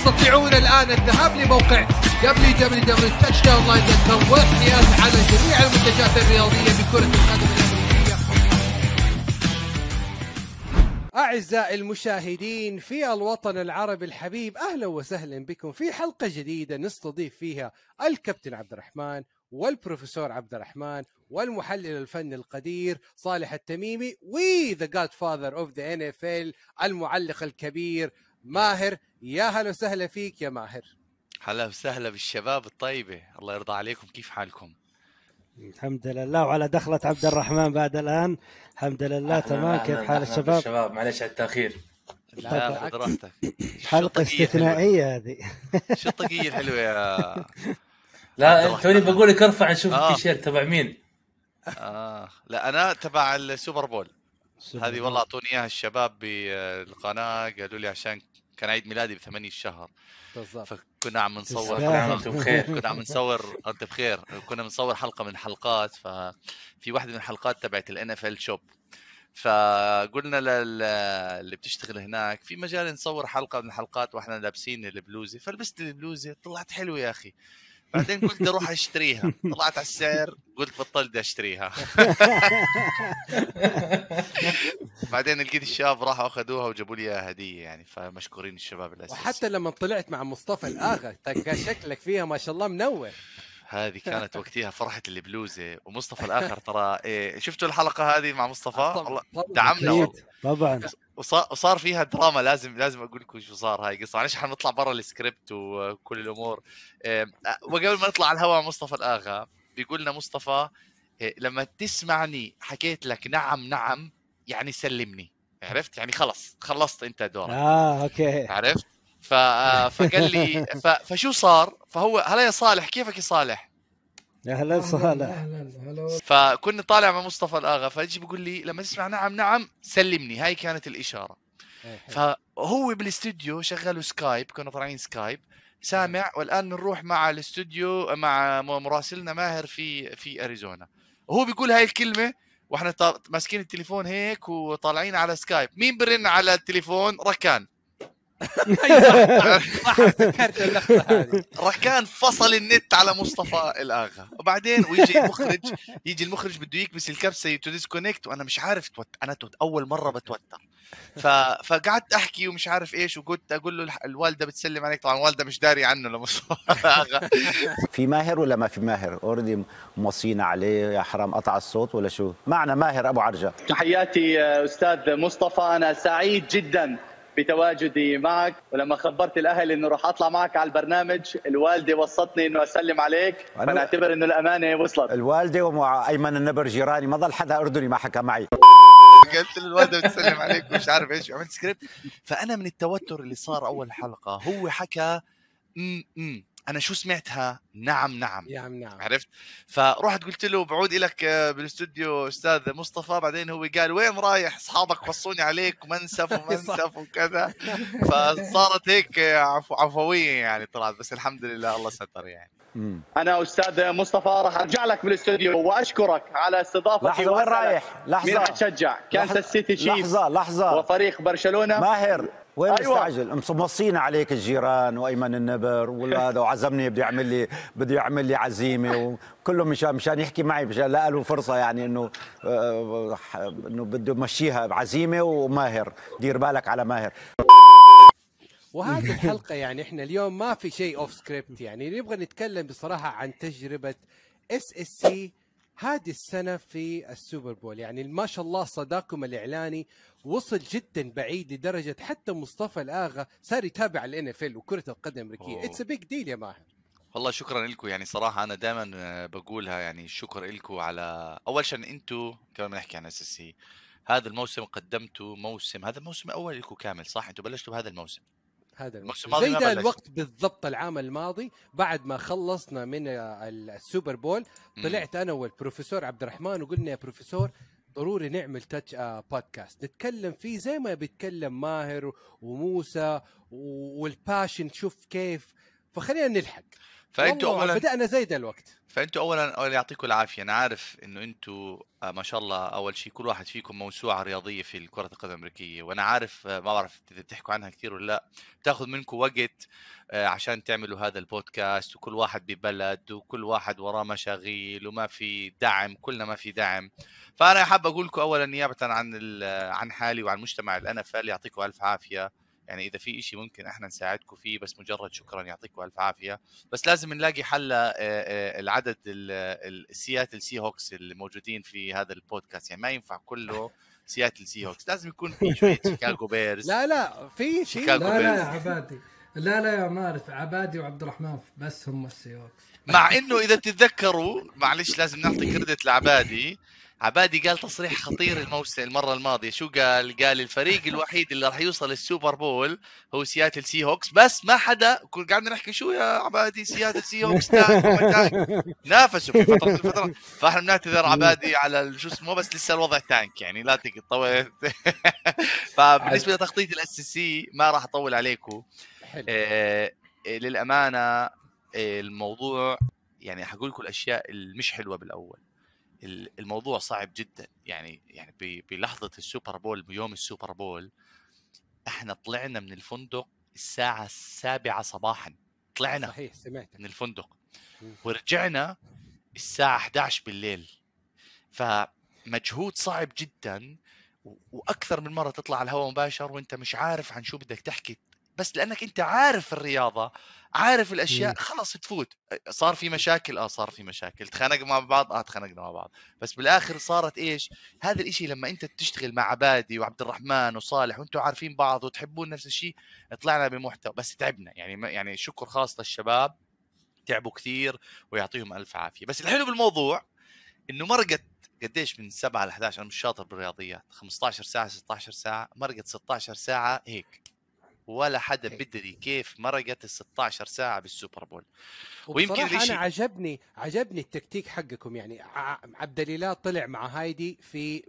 تستطيعون الآن الذهاب لموقع www.touchdownline.com والحياز على جميع المنتجات الرياضية بكرة القدم الأمريكية. أعزائي المشاهدين في الوطن العربي الحبيب، أهلا وسهلا بكم في حلقة جديدة نستضيف فيها الكابتن عبد الرحمن والبروفيسور عبد الرحمن والمحلل الفني القدير صالح التميمي وذا جاد فاذر اوف ذا NFL المعلق الكبير ماهر. يا هلا وسهلا فيك يا ماهر. هلا وسهلا بالشباب الطيبة، الله يرضى عليكم، كيف حالكم؟ الحمد لله. وعلى دخلة عبد الرحمن بعد الآن الحمد لله تمام. كيف حال الشباب؟ معلش على التأخير. لا خذ راحتك. حلقة استثنائية هذه. شو الطاقية الحلوة يا لا توني بقول لك ارفع نشوف التيشيرت تبع مين. لا أنا تبع السوبر بول. هذه والله أعطوني إياها الشباب بالقناة، قالوا لي عشان كان عيد ميلادي ب8 الشهر بالضبط، فكنا عم نصور. أنتم بخير. كنا عم نصور. أنت بخير. كنا بنصور حلقة من الحلقات، ففي واحدة من الحلقات تبعت NFL شوب، فقلنا اللي بتشتغل هناك في مجال نصور حلقة من الحلقات واحنا لابسين البلوزة، فلبست البلوزة طلعت حلوة يا أخي. بعدين قلت اروح اشتريها، طلعت على السعر قلت بطلت اشتريها. بعدين لقيت الشباب راحوا اخذوها وجابوا لي اياها هديه يعني، فمشكورين الشباب الاساسي. وحتى لما طلعت مع مصطفى الاغا تلقى شكلك فيها ما شاء الله منور. هذه كانت وقتها فرحة البلوزة. ومصطفى الآخر ترى شفتوا الحلقة هذه مع مصطفى؟ الله دعمنا طبعا. وصار فيها دراما. لازم أقول لكم شو صار. هاي قصة معلش حنطلع برا السكريبت وكل الأمور. وقبل ما نطلع على الهواء مصطفى الآغا بيقولنا مصطفى لما تسمعني حكيت لك نعم يعني سلمني، عرفت يعني خلص خلصت انت دورك. اوكي عرفت. فقال لي فشو صار. فهو هلا يا صالح، كيفك يا صالح؟ يا هلا صالح. فكنا طالع مع مصطفى الآغا، فيجي بيقول لي لما تسمع نعم سلمني. هاي كانت الإشارة. فهو بالاستوديو شغلوا سكايب، كنا طالعين سكايب سامع. والآن نروح مع الاستوديو مع مراسلنا ماهر في أريزونا، وهو بيقول هاي الكلمة واحنا ماسكين التليفون هيك وطالعين على سكايب. مين برن على التليفون؟ ركان. ركان فصل النت على مصطفى الآغا. وبعدين يجي المخرج بده يكبس الكبسة تو ديسكونكت، وانا مش عارف انا اول مرة بتوتر. فقعدت احكي ومش عارف ايش، وقلت اقول له الوالدة بتسلم عليك. طبعا الوالدة مش داري عنه لمصطفى الآغا. في ماهر ولا ما في ماهر؟ اوريدي موصينا عليه يا حرام قطع الصوت ولا شو؟ معنا ماهر ابو عرجة. تحياتي استاذ مصطفى، انا سعيد جدا بتواجدي معك. ولما خبرت الاهل انه راح اطلع معك على البرنامج، الوالده وصتني انه اسلم عليك، فنعتبر انه الامانه وصلت. الوالده ومع ايمن النبر جيراني، ما ضل حدا اردني ما حكى معي. قلت للوالده بتسلم عليك ومش عارف ايش، عملت سكريبت. فانا من التوتر اللي صار اول حلقه هو حكى انا شو سمعتها نعم عرفت. فرحت قلت له بعود لك بالاستوديو استاذ مصطفى. بعدين هو قال وين رايح؟ اصحابك وصوني عليك ومنسف وكذا. فصارت هيك عفويه يعني طلعت، بس الحمد لله الله ستر يعني. انا استاذ مصطفى راح ارجع لك بالاستوديو واشكرك على استضافتي. لحظه وين رايح؟ لحظه. مين حتشجع؟ كانساس سيتي تشيفز لحظه وفريق برشلونه. ماهر وين مستعجل؟ موصينا عليك الجيران وايمن النبر وهذا، وعزمني بده يعمل لي عزيمه، وكله مشان يحكي معي، مشان لا له فرصه يعني انه بده يمشيها بعزيمه. وماهر دير بالك على ماهر. وهذه الحلقة يعني احنا اليوم ما في شيء اوف سكريبت، يعني نبغى نتكلم بصراحة عن تجربة SSC هذه السنة في السوبر بول. يعني ما شاء الله صداكم الإعلاني وصل جدا بعيد لدرجة حتى مصطفى الآغا صار يتابع NFL وكرة القدم الأمريكية. اتس بيج ديل يا ماهر. والله شكرا لكم. يعني صراحة أنا دائما بقولها، يعني الشكر لكم على أول شيء أنتوا كمان نحكي عن SSC. هذا الموسم قدمتوا هذا الموسم الأول لكم كامل صح؟ أنتوا بلشتوا بهذا الموسم. هذا الموسم زي ده الوقت بالضبط العام الماضي بعد ما خلصنا من السوبر بول. طلعت أنا والبروفيسور عبد الرحمن وقلنا يا بروفيسور ضروري نعمل تاتش بودكاست نتكلم فيه زي ما بيتكلم ماهر وموسى والباشن، شوف كيف. فخلينا نلحق. فانتوا اولا بدأنا زيد الوقت. فانتوا اولا يعطيكم العافيه. انا عارف انه انتوا ما شاء الله اول شيء كل واحد فيكم موسوعه رياضيه في كره القدم الامريكيه، وانا عارف ما بعرف اذا بتحكوا عنها كثير ولا لا. بتاخذ منكم وقت عشان تعملوا هذا البودكاست، وكل واحد ببلد وكل واحد وراه مشاغيل وما في دعم، كلنا ما في دعم. فانا حاب اقول لكم اولا نيابه عن حالي وعن مجتمع الNFL يعطيكم الف عافيه. يعني اذا في شيء ممكن احنا نساعدكم فيه، بس مجرد شكرا يعطيكم الف عافيه. بس لازم نلاقي حل العدد السياتل سي هوكس اللي موجودين في هذا البودكاست. يعني ما ينفع كله سياتل سي هوكس، لازم يكون في شويه شيكاغو بيرز. لا في شيكاغو بيرز. لا يا عبادي، لا يا مارس، عبادي وعبد الرحمن بس هم السي هوكس. مع انه اذا تتذكروا، معلش لازم نعطي كريدت لعبادي. عبادي قال تصريح خطير المرة الماضية. شو قال الفريق الوحيد اللي راح يوصل السوبر بول هو سياتل سي هوكس. بس ما حدا قاعدين نحكي شو يا عبادي سياتل سي هوكس نافسوا في فترة. فاحنا بنعتذر عبادي على شو اسمه، بس لسه الوضع تانك يعني لا تطول. فبالنسبة لتخطيط الSEC ما راح اطول عليكم. للأمانة الموضوع يعني حقول لكم الاشياء المش حلوة بالاول. الموضوع صعب جدا. يعني بلحظة السوبر بول، بيوم السوبر بول، احنا طلعنا من الفندق الساعة 7 صباحا. طلعنا صحيح سمعتك من الفندق ورجعنا الساعة 11 بالليل. فمجهود صعب جدا، واكثر من مرة تطلع على الهواء مباشر وانت مش عارف عن شو بدك تحكي، بس لانك انت عارف الرياضة، عارف الاشياء، خلص تفوت. صار في مشاكل، صار في مشاكل، تخانق مع بعض، تخانقنا مع بعض، بس بالاخر صارت ايش هذا الاشي. لما انت تشتغل مع عبادي وعبد الرحمن وصالح وانتم عارفين بعض وتحبون نفس الشيء، طلعنا بمحتوى. بس تعبنا يعني شكر خاص للشباب، تعبوا كثير ويعطيهم الف عافية. بس الحلو بالموضوع انه مرقت قديش من 7 ل 11. انا مش شاطر بالرياضيات، 15 ساعة 16 ساعة، مرقت 16 ساعة هيك، ولا حدا بدري كيف مرقت ال 16 ساعة بالسوبر بول. ويمكن أنا عجبني التكتيك حقكم. يعني عبد الإله طلع مع هايدي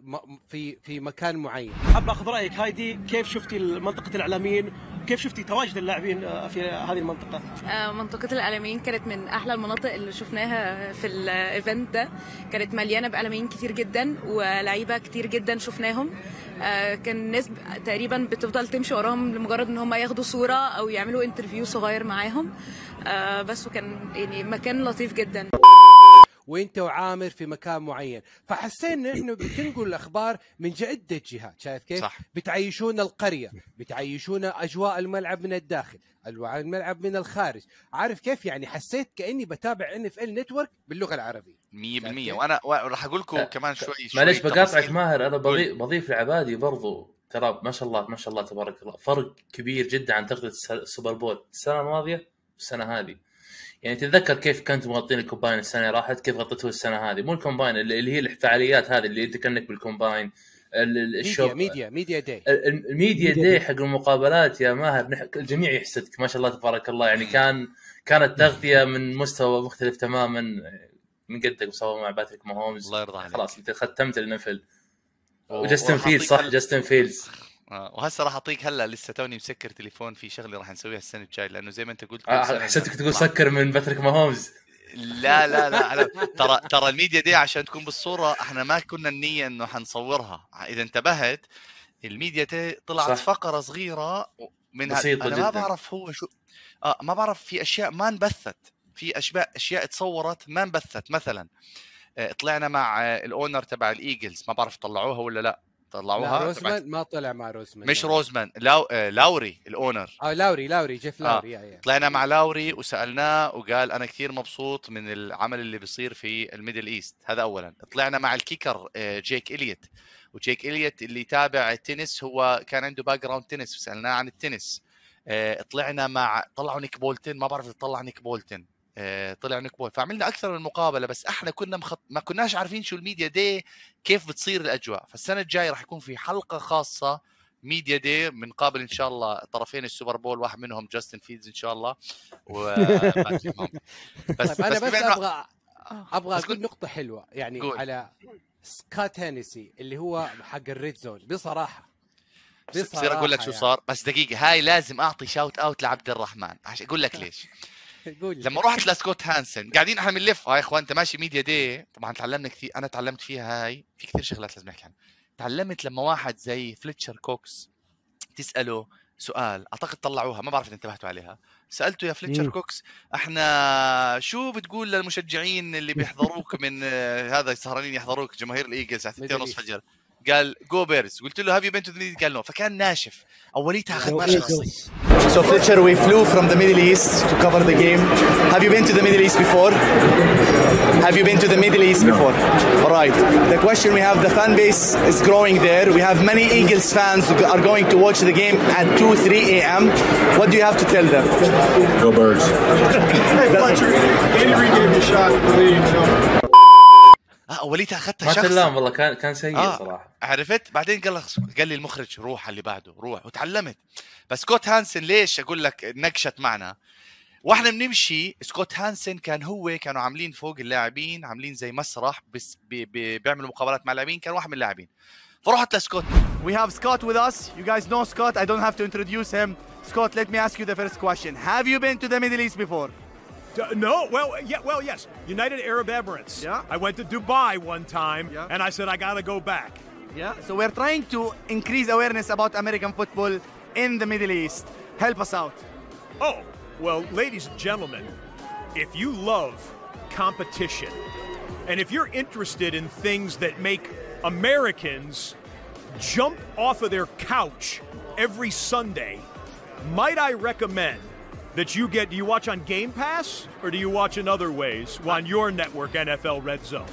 في مكان معين. حاب اخذ رايك هايدي، كيف شفتي منطقه الاعلاميين؟ كيف شفتي تواجد اللاعبين في هذه المنطقه؟ منطقه الاعلاميين كانت من احلى المناطق اللي شفناها في الايفنت ده. كانت مليانه باعلاميين كتير جدا ولاعيبه كتير جدا شفناهم. كان الناس تقريبا بتفضل تمشي وراهم لمجرد ان هم ياخدوا صوره او يعملوا انترفيو صغير معاهم. بس وكان يعني مكان لطيف جدا. وانت وعامر في مكان معين، فحسينا انه بتنقل الاخبار من عده جهات. شايف كيف؟ صح. بتعيشونا القريه، بتعيشونا اجواء الملعب من الداخل، اجواء الملعب من الخارج. عارف كيف؟ يعني حسيت كاني بتابع NFL نتورك باللغه العربيه 100%. وانا راح اقول لكم كمان شوي معليش بقاطعك ماهر. انا بضيف لعبادي برضو، ترى ما شاء الله تبارك الله، فرق كبير جدا عن تغطية السوبر بول السنه الماضيه والسنه هذه. يعني تتذكر كيف كنتوا مغطين الكومباين السنه اللي راحت، كيف غطيتوه السنه هذه؟ مو الكومباين اللي هي الفعاليات هذه اللي انت كانك بالكومباين، الشوب ميديا داي، الميديا داي حق المقابلات. يا ماهر الجميع يحسدك ما شاء الله تبارك الله. يعني كانت تغطيه من مستوى مختلف تماما من قدك، وسوى مع باتريك ماهومز. الله يرضى عليك. خلاص انت ختمت النفل. وجاستن فيلدز، صح جاستن فيلدز. وهسه راح اعطيك هلا، لسه توني مسكر تليفون في شغله راح نسويها السنه الجايه، لانه زي ما انت قلت حسيتك تقول سكر من باتريك ماهومز. لا ترى الميديا دي عشان تكون بالصوره، احنا ما كنا النيه انه حنصورها. اذا انتبهت الميديا دي طلعت صح. فقره صغيره منها انا جداً. ما بعرف هو شو ما بعرف. في اشياء ما انبثت، في اشياء تصورت ما انبثت. مثلا طلعنا مع الاونر تبع الايجلز، ما بعرف طلعوها ولا لا. طلعوها. روزمان ما طلع مع روزمان، مش روزمان، لاوري الاونر. لاوري جيف لاوري. طلعنا مع لاوري وسالناه وقال انا كثير مبسوط من العمل اللي بيصير في الميدل ايست. هذا اولا. طلعنا مع الكيكر جيك إليوت، وجيك إليوت اللي يتابع التنس، هو كان عنده باك جراوند تنس، سالناه عن التنس. طلعنا طلعوا نيك بولتن، ما بعرف طلع نيك بولتن، طلع نيك بول. فعملنا اكثر من مقابله، بس احنا كنا ما كناش عارفين شو الميديا دي كيف بتصير الاجواء. فالسنه الجايه راح يكون في حلقه خاصه ميديا دي، من قابل ان شاء الله طرفين السوبر بول، واحد منهم جاستن فيلدز ان شاء الله بس طيب انا بس ابغى اقول نقطه حلوه يعني قول. على سكوت هينيسي اللي هو حق الريد زون. بصراحه بصير اقول لك شو صار، بس دقيقه، هاي لازم اعطي شاوت اوت لعبد الرحمن عشان اقول لك ليش. لما رحت لسكوت هانسن قاعدين احنا بنلف هاي اخوان انت ماشي ميديا دي طبعا تعلمنا كثير انا تعلمت فيها هاي في كثير شغلات لازم نحكي عنها تعلمت لما واحد زي فليتشر كوكس تساله سؤال اعتقد طلعوها ما بعرف اذا انتبهتوا عليها سالته يا فليتشر كوكس احنا شو بتقول للمشجعين اللي بيحضروك من هذا سهرانين يحضروك جماهير الايجلز على 2:30 فجر قال جو بيرز قلت له هاف يو بين تو ذا ميدل قال نو فكان ناشف اوليتها اخذ ماشي So Fletcher, we flew from the Middle East to cover the game. Have you been to the Middle East before? Have you been to the Middle East before? All right. The question we have, the fan base is growing there. We have many Eagles fans who are going to watch the game at 2-3 a.m. What do you have to tell them? Go Birds. Hey Fletcher, Andy Reid gave you a shot in the league. اوليتها اخذتها شخص ما سلام والله كان سيء صراحه عرفت بعدين قال لي المخرج روح اللي بعده روح وتعلمت بس سكوت هانسن ليش اقول لك نقشت معنا واحنا بنمشي سكوت هانسن كانوا عاملين فوق اللاعبين عاملين زي مسرح بس بيعملوا مقابلات مع اللاعبين كان واحد من اللاعبين فرحت لسكوت We have Scott with us. You guys know Scott. I don't have to introduce him. Scott, let me ask you the first question. Have you been to the Middle East before? No, yes. United Arab Emirates. Yeah. I went to Dubai one time, Yeah. and I said I gotta go back. Yeah. So we're trying to increase awareness about American football in the Middle East. Help us out. Oh, well, ladies and gentlemen, if you love competition, and if you're interested in things that make Americans jump off of their couch every Sunday, might I recommend that you watch on Game Pass, or do you watch in other ways on your network, NFL Red Zone?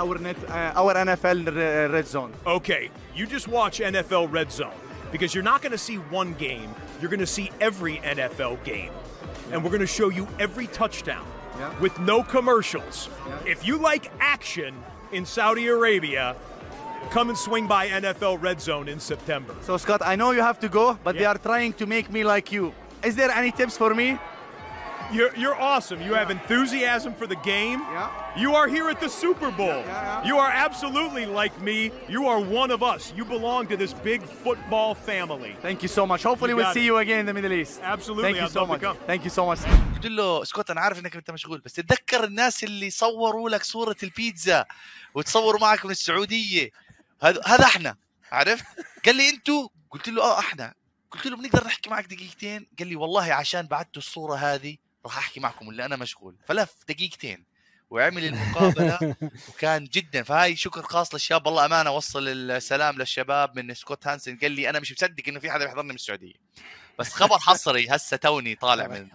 Our NFL Red Zone. Okay, you just watch NFL Red Zone because you're not going to see one game. You're going to see every NFL game. And we're going to show you every touchdown with no commercials. If you like action in Saudi Arabia, come and swing by NFL Red Zone in September. So, Scott, I know you have to go, but they are trying to make me like you. Is there any tips for me? You're awesome. You have enthusiasm for the game. Yeah. You are here at the Super Bowl. You are absolutely like me. You are one of us. You belong to this big football family. Thank you so much. Hopefully we'll see you again in the Middle East. Absolutely. Thank you so much. Thank you so much. قلت له سكوت انا عارف انك انت مشغول بس تتذكر الناس اللي صوروا لك صورة البيتزا وتصوروا معك من السعودية هذا احنا عرفت قال لي انتوا قلت له احنا قلت له بنقدر نحكي معك دقيقتين قال لي والله عشان بعتوا الصورة هذه راح احكي معكم اللي انا مشغول فلف دقيقتين وعمل المقابله وكان جدا فهاي شكر خاص للشباب والله امانه وصل السلام للشباب من سكوت هانسن قال لي انا مش مصدق انه في حدا بيحضرني من السعوديه بس خبر حصري هسه توني طالع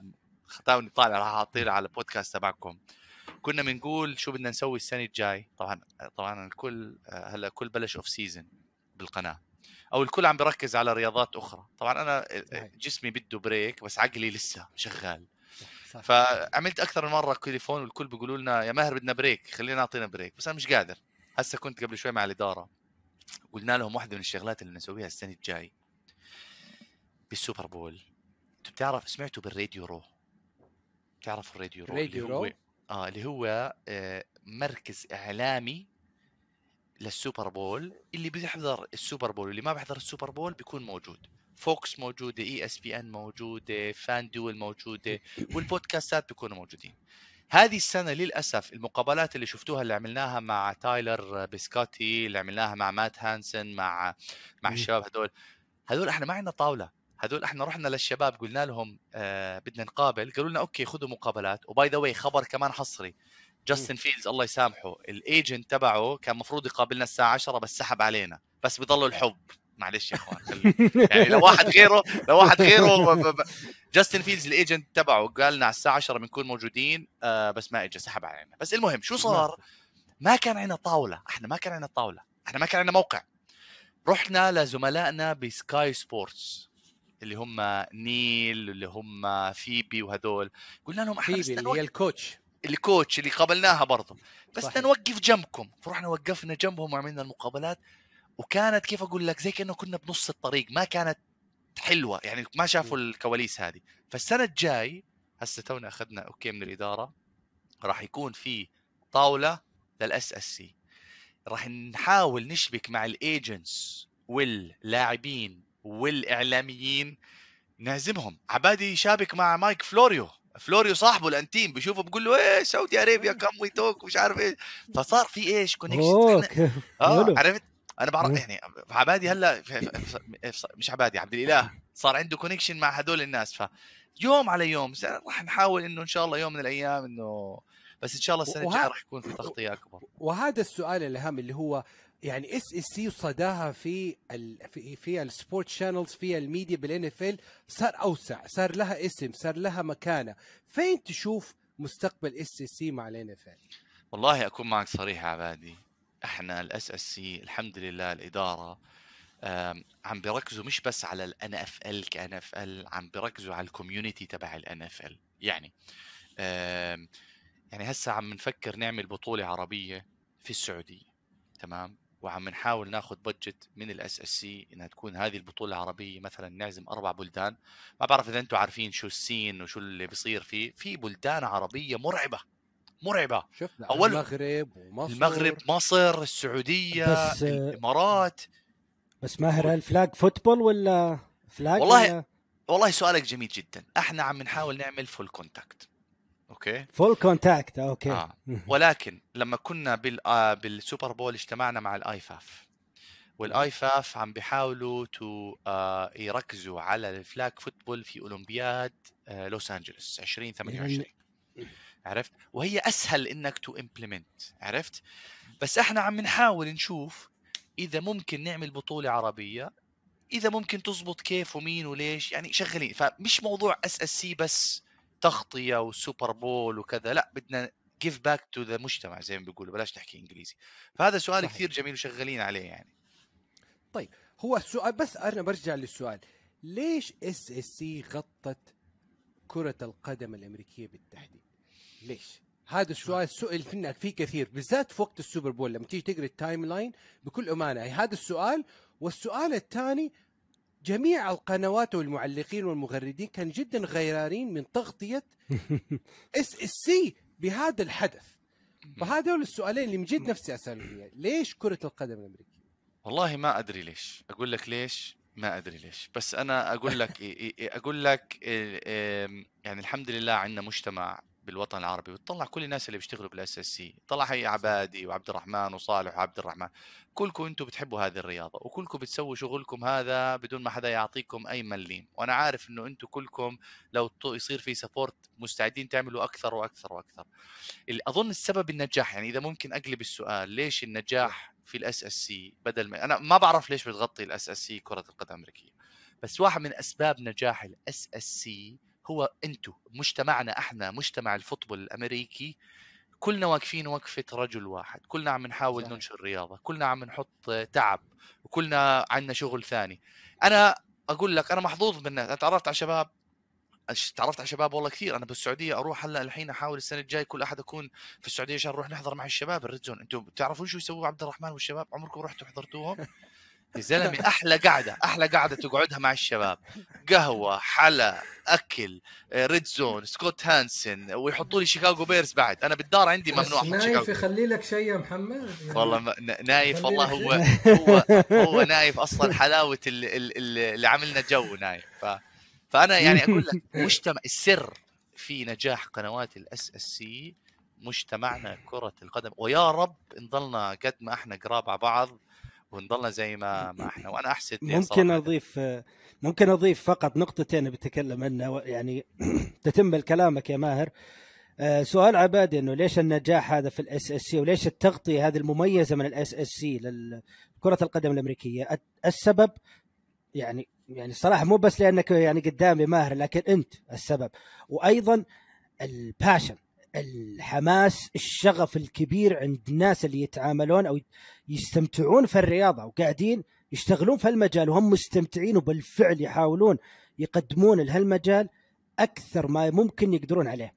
راح اعطيه على البودكاست تبعكم كنا بنقول شو بدنا نسوي السنه الجاي طبعا الكل هلا كل بلش اوف سيزون بالقناه او الكل عم بيركز على رياضات اخرى طبعا انا جسمي بده بريك بس عقلي لسه شغال فعملت اكثر من مره تليفون والكل بيقولوا لنا يا ماهر بدنا بريك خلينا نعطينا بريك بس انا مش قادر هسه كنت قبل شوي مع الاداره قلنا لهم واحده من الشغلات اللي نسويها السنه الجاي بالسوبر بول انتوا بتعرف سمعتوا بالراديو رو تعرف الراديو رو اللي هو مركز اعلامي للسوبر بول اللي بيحضر السوبر بول واللي ما بيحضر السوبر بول بيكون موجود فوكس موجودة ESPN موجودة فان دول موجودة والبودكاستات بيكونوا موجودين هذه السنة للأسف المقابلات اللي شفتوها اللي عملناها مع تايلر بيسكوتي اللي عملناها مع مات هانسن مع الشباب هذول احنا ما عندنا طاولة هذول احنا رحنا للشباب قلنا لهم بدنا نقابل قالوا لنا اوكي خذوا مقابلات وباي ذا واي خبر كمان حصري جاستن فيلدز الله يسامحه الايجنت تبعه كان مفروض يقابلنا الساعة 10 بس سحب علينا بس بيضلوا الحب معلش يا اخوان يعني لو واحد غيره جاستن فيلدز الايجنت تبعه قال لنا على الساعه 10 بنكون موجودين بس ما اجى سحب علينا بس المهم شو صار ما كان عندنا طاوله احنا ما كان عندنا موقع رحنا لزملائنا بسكاي سبورتس اللي هم نيل اللي هم فيبي وهدول قلنا لهم احنا فيبي اللي هي الكوتش اللي قابلناها برضه بس نوقف جنبكم فرحنا وقفنا جنبهم وعملنا المقابلات وكانت كيف اقول لك زي كأنه كنا بنص الطريق ما كانت حلوه يعني ما شافوا الكواليس هذه فالسنه الجاي هسه تونا اخذنا اوكي من الاداره راح يكون في طاوله للSSC راح نحاول نشبك مع الايجنتس واللاعبين والاعلاميين نعزمهم عبادي يشابك مع مايك فلوريو صاحبه الانتيم بيشوفه بيقول له ايه سعودي ارابيا كم وي توك ومش عارف ايه، فصار في ايش كونكشن. عرفت انا بعرف يعني عبادي هلا مش عبادي عبد الاله صار عنده كونكشن مع هدول الناس، فيوم على يوم راح نحاول انه ان شاء الله يوم من الايام انه بس ان شاء الله السنه الجايه راح يكون في تغطيه اكبر. وهذا السؤال الاهم اللي هو يعني اس اس سي صداها في السبورت شانلز في الميديا بالان اف ال صار اوسع، صار لها اسم، صار لها مكانه. فين تشوف مستقبل اس اس سي مع الان اف ال؟ والله اكون معك صريح عبادي، احنا الاس اس سي الحمد لله الاداره عم بيركزوا مش بس على الان اف ال كان اف ال، عم بيركزوا على الكوميونتي تبع الان اف ال. يعني هسه عم نفكر نعمل بطوله عربيه في السعوديه، تمام، وعم نحاول ناخذ بادجت من الاس اس سي انها تكون هذه البطوله العربيه، مثلا نعزم 4 بلدان. ما بعرف اذا انتم عارفين شو السين وشو اللي بيصير في بلدان عربيه مرعبه. شفنا المغرب ومصر، مصر، السعوديه، الامارات. بس ماهر الفلاج فوتبول ولا فلاج؟ والله سؤالك جميل جدا. احنا عم نحاول نعمل فول كونتاكت. اوكي فول كونتاكت اوكي. ولكن لما كنا بالسوبر بول اجتمعنا مع الاي فاف، والاي فاف عم بيحاولوا يركزوا على الفلاج فوتبول في اولمبياد لوس انجلوس 2028. عرفت؟ وهي اسهل انك تو امبلمنت، عرفت؟ بس احنا عم نحاول نشوف اذا ممكن نعمل بطولة عربية، اذا ممكن تزبط كيف ومين وليش، يعني شغالين. فمش موضوع اس اس سي بس تغطية وسوبر بول وكذا، لا بدنا give back to the مجتمع زي ما بيقولوا، بلاش نحكي انجليزي. فهذا سؤال صحيح. كثير جميل وشغالين عليه يعني. طيب هو السؤال، بس انا برجع للسؤال، ليش اس اس سي غطت كرة القدم الامريكية بالتحديد؟ ليش؟ هذا السؤال سئل فيه كثير، بالذات في وقت السوبر بول لما تيجي تقرا التايم لاين بكل امانه. هذا السؤال. والسؤال الثاني، جميع القنوات والمعلقين والمغردين كان جدا غيرانين من تغطيه اس اس سي بهذا الحدث. فهذا هو السؤالين اللي من جد نفسي اسالهم، ليش كرة القدم الامريكيه؟ والله ما ادري ليش، اقول لك ليش ما ادري ليش، بس انا اقول لك اقول لك يعني الحمد لله عندنا مجتمع بالوطن العربي، وتطلع كل الناس اللي بيشتغلوا بالاس اس سي، طلع هي عبادي وعبد الرحمن وصالح وعبد الرحمن، كلكم انتم بتحبوا هذه الرياضه، وكلكم بتسووا شغلكم هذا بدون ما حدا يعطيكم اي مليم. وانا عارف انه انتم كلكم لو يصير في سبورت مستعدين تعملوا اكثر واكثر واكثر. اللي اظن السبب النجاح، يعني اذا ممكن اقلب السؤال، ليش النجاح في الاس اس سي بدل ما انا ما بعرف ليش بتغطي الاس اس سي كره القدم الامريكيه، بس واحد من اسباب نجاح الاس اس سي هو انتو مجتمعنا، احنا مجتمع الفوتبول الامريكي كلنا واقفين وقفه رجل واحد، كلنا عم نحاول ننشر رياضه، كلنا عم نحط تعب، وكلنا عندنا شغل ثاني. انا اقول لك انا محظوظ بالناس، انا تعرفت على شباب والله كثير. انا بالسعوديه اروح هلا الحين احاول السنه الجاي كل احد اكون في السعوديه عشان نروح نحضر مع الشباب الريد زون. انتم بتعرفون شو يسووا عبد الرحمن والشباب؟ عمركم رحتوا حضرتوهم؟ يا زلمه احلى قعده تقعدها مع الشباب، قهوه، حلا، اكل، ريد زون، سكوت هانسن، ويحطوا لي شيكاغو بيرز بعد. انا بالدار عندي ممنوع احط شيكاغو. نايف يخلي لك شيء يا محمد يعني. والله نايف، والله هو نايف اصلا، حلاوه اللي عملنا جو نايف. فانا يعني اقول لك مجتمع السر في نجاح قنوات الاس اس سي مجتمعنا كره القدم، ويا رب نضلنا قد ما احنا قراب على بعض ونضلنا زي ما احنا. وانا احسد ممكن اضيف فقط نقطتين بتكلم عنها يعني تتم كلامك يا ماهر. سؤال عبادي انه ليش النجاح هذا في الاس اس سي، وليش التغطيه هذه المميزه من الاس اس سي لكره القدم الامريكيه؟ السبب يعني صراحه مو بس لانك يعني قدامي ماهر، لكن انت السبب، وايضا الباشن، الحماس، الشغف الكبير عند الناس اللي يتعاملون او يستمتعون في الرياضه وقاعدين يشتغلون في المجال وهم مستمتعين، وبالفعل يحاولون يقدمون لهالمجال اكثر ما ممكن يقدرون عليه،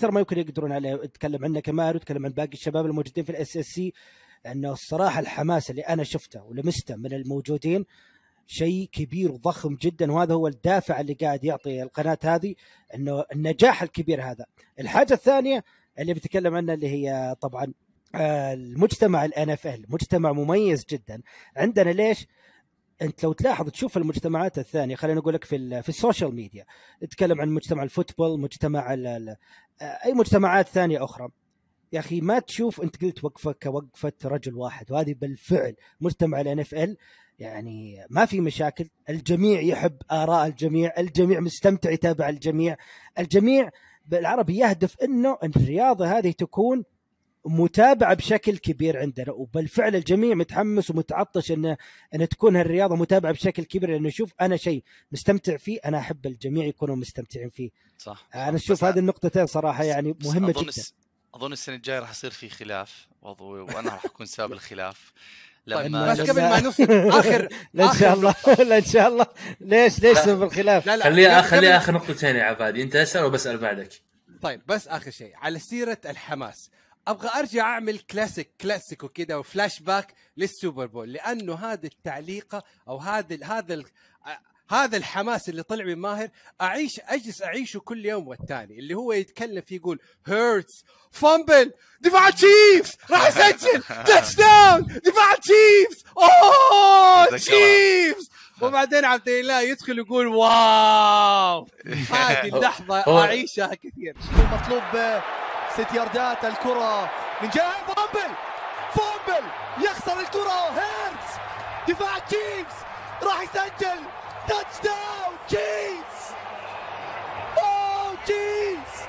اتكلم عنه كمال واتكلم عن باقي الشباب الموجودين في الاس اس سي، انه الصراحه الحماس اللي انا شفته ولمسته من الموجودين شيء كبير وضخم جدا، وهذا هو الدافع اللي قاعد يعطي القناة هذه انه النجاح الكبير هذا. الحاجة الثانية اللي بتكلم عنها اللي هي طبعا المجتمع الNFL، مجتمع مميز جدا عندنا. ليش؟ انت لو تلاحظ تشوف المجتمعات الثانيه، خلينا نقول لك في السوشيال ميديا، نتكلم عن مجتمع الفوتبول، مجتمع اي مجتمعات ثانيه اخرى، يا اخي ما تشوف انت قلت وقفه كوقفه رجل واحد، وهذه بالفعل مجتمع الNFL يعني ما في مشاكل، الجميع يحب آراء الجميع مستمتع يتابع الجميع بالعربي يهدف انه الرياضه هذه تكون متابعة بشكل كبير عندنا، وبالفعل الجميع متحمس ومتعطش ان تكون هالرياضة متابعة بشكل كبير، لانه شوف انا شيء مستمتع فيه، انا احب الجميع يكونوا مستمتعين فيه. صح. انا اشوف هذه النقطتين صراحة يعني مهمة جدا. اظن السنة الجاية راح يصير في خلاف وانا راح اكون سبب الخلاف. لما بس قبل ما نوصل اخر لا ان شاء الله لا ان شاء الله ليش سبب الخلاف؟ خليها اخر نقطتين يا عبادي، انت اسال وبسال بعدك. طيب بس اخر شيء على سيرة الحماس، ابغى ارجع اعمل كلاسيك وكذا وفلاش باك للسوبر بول، لانه هذه التعليقه او هذا الحماس اللي طلع من ماهر اجلس اعيشه كل يوم والتاني، اللي هو يتكلم فيه يقول هيرتس فامبل دفاع تشيفز راح يسجل تاتش داون دفاع تشيفز تشيفز، وبعدين عبد الله يدخل يقول واو. هذه اللحظه اعيشها كثير. مطلوب 6 ياردات، الكرة من جهة فامبل يخسر الكرة، هيرتس دفاع تشيفز راح يسجل تاتش داون تشيفز. اوه تشيفز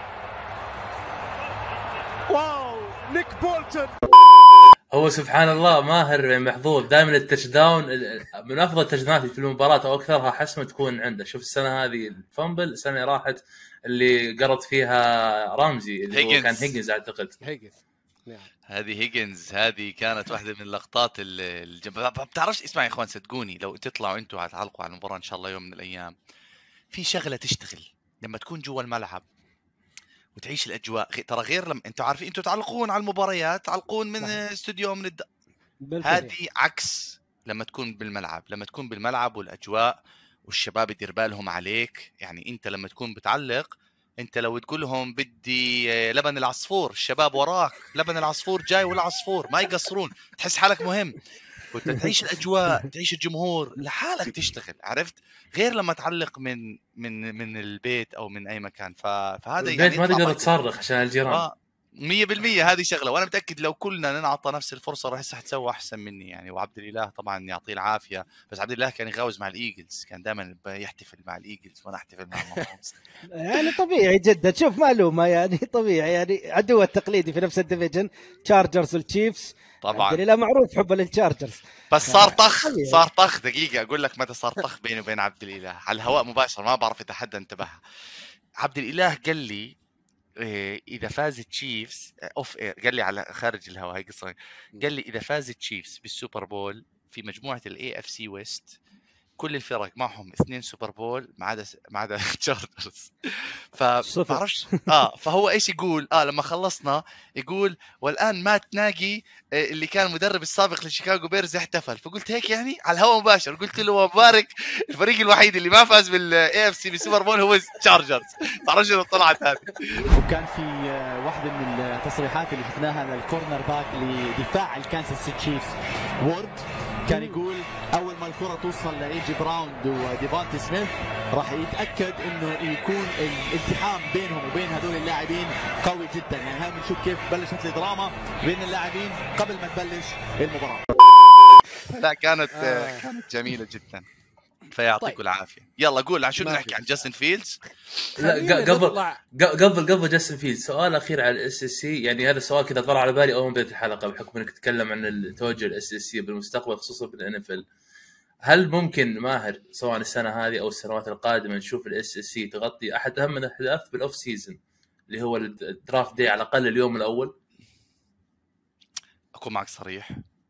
واو نيك بولتون. هو سبحان الله ماهر محظوظ دائما التاتش داون من افضل التشديدات في المباراه او اكثرها حسمه تكون عنده. شوف السنه هذه الفامبل، السنه راحت اللي قرط فيها رامزي اللي هو كان هيجنز اعتقد. هذه هيجنز هذه كانت واحده من اللقطات ما بتعرفش. اسمع يا اخوان صدقوني لو تطلعوا انتوا هتعلقوا على المباراه ان شاء الله يوم من الايام، في شغله تشتغل لما تكون جوا الملعب وتعيش الاجواء. ترى غير لما انتوا عارفين انتوا تعلقون على المباريات، تعلقون من استوديو من هذه عكس لما تكون بالملعب. لما تكون بالملعب والاجواء والشباب يدير بالهم عليك، يعني انت لما تكون بتعلق، انت لو تقول لهم بدي لبن العصفور، الشباب وراك لبن العصفور جاي والعصفور ما يقصرون، تحس حالك مهم وانت تعيش الاجواء، تعيش الجمهور لحالك، تشتغل. عرفت؟ غير لما تعلق من البيت او من اي مكان. فهذا البيت يعني ما تقدر تصرخ عشان الجيران. 100% هذه شغله، وانا متاكد لو كلنا ننعطى نفس الفرصه راح تسوى احسن مني يعني. وعبد الاله طبعا يعطيه العافيه، بس عبد الاله كان يغاوز مع الايجلز، كان دائما يحتفل مع الايجلز وانا احتفل مع المونستر. يعني طبيعي جدا، شوف معلومه يعني طبيعي، يعني عدو التقليدي في نفس الديفيجن تشارجرز والتشيفز طبعا. عبد الاله معروف حبه للتشارجرز، بس صار طخ دقيقه اقول لك متى صار طخ بيني وبين عبد الاله على الهواء مباشر، ما بعرف اذا حدا انتبه. عبد الاله قال لي اذا فاز تشيفز اوف قال لي على خارج الهواء، هي قصه، قال لي اذا فاز تشيفز بالسوبر بول في مجموعه AFC ويست كل الفرق معهم 2 سوبر بول ما عدا تشارجرز. فبعرفش فهو ايش يقول لما خلصنا يقول والان مات ناجي اللي كان مدرب السابق لشيكاغو بيرز احتفل. فقلت هيك يعني على الهواء مباشر، قلت له مبارك الفريق الوحيد اللي ما فاز بالAFC بالسوبر بول هو تشارجرز. تعرفش انه طلعت هذه. وكان في واحده من التصريحات اللي شفناها للكورنر باك لدفاع الكانساس تشيفز وورد، كان يقول اول ما الكره توصل لايجي براون وديفونتي سميث راح يتاكد انه يكون الالتحام بينهم وبين هذول اللاعبين قوي جدا. يعني هاي بنشوف كيف بلشت الدراما بين اللاعبين قبل ما تبلش المباراه. لا كانت جميله جدا، فيعطيكم العافيه. يلا قول عن شنو نحكي، عن جاستن فيلدز؟ لا قبل جاستن فيلدز سؤال اخير على الSSC. يعني هذا السؤال كذا طلع على بالي اول ما بدأت الحلقه بحكم انك تتكلم عن التوجه الSSC بالمستقبل خصوصا بالNFL. هل ممكن ماهر سواء السنه هذه او السنوات القادمه نشوف الSSC تغطي احد اهم الاحداث بالاوف سيزون اللي هو الدرافت دي على الاقل اليوم الاول؟ اكون معك صريح،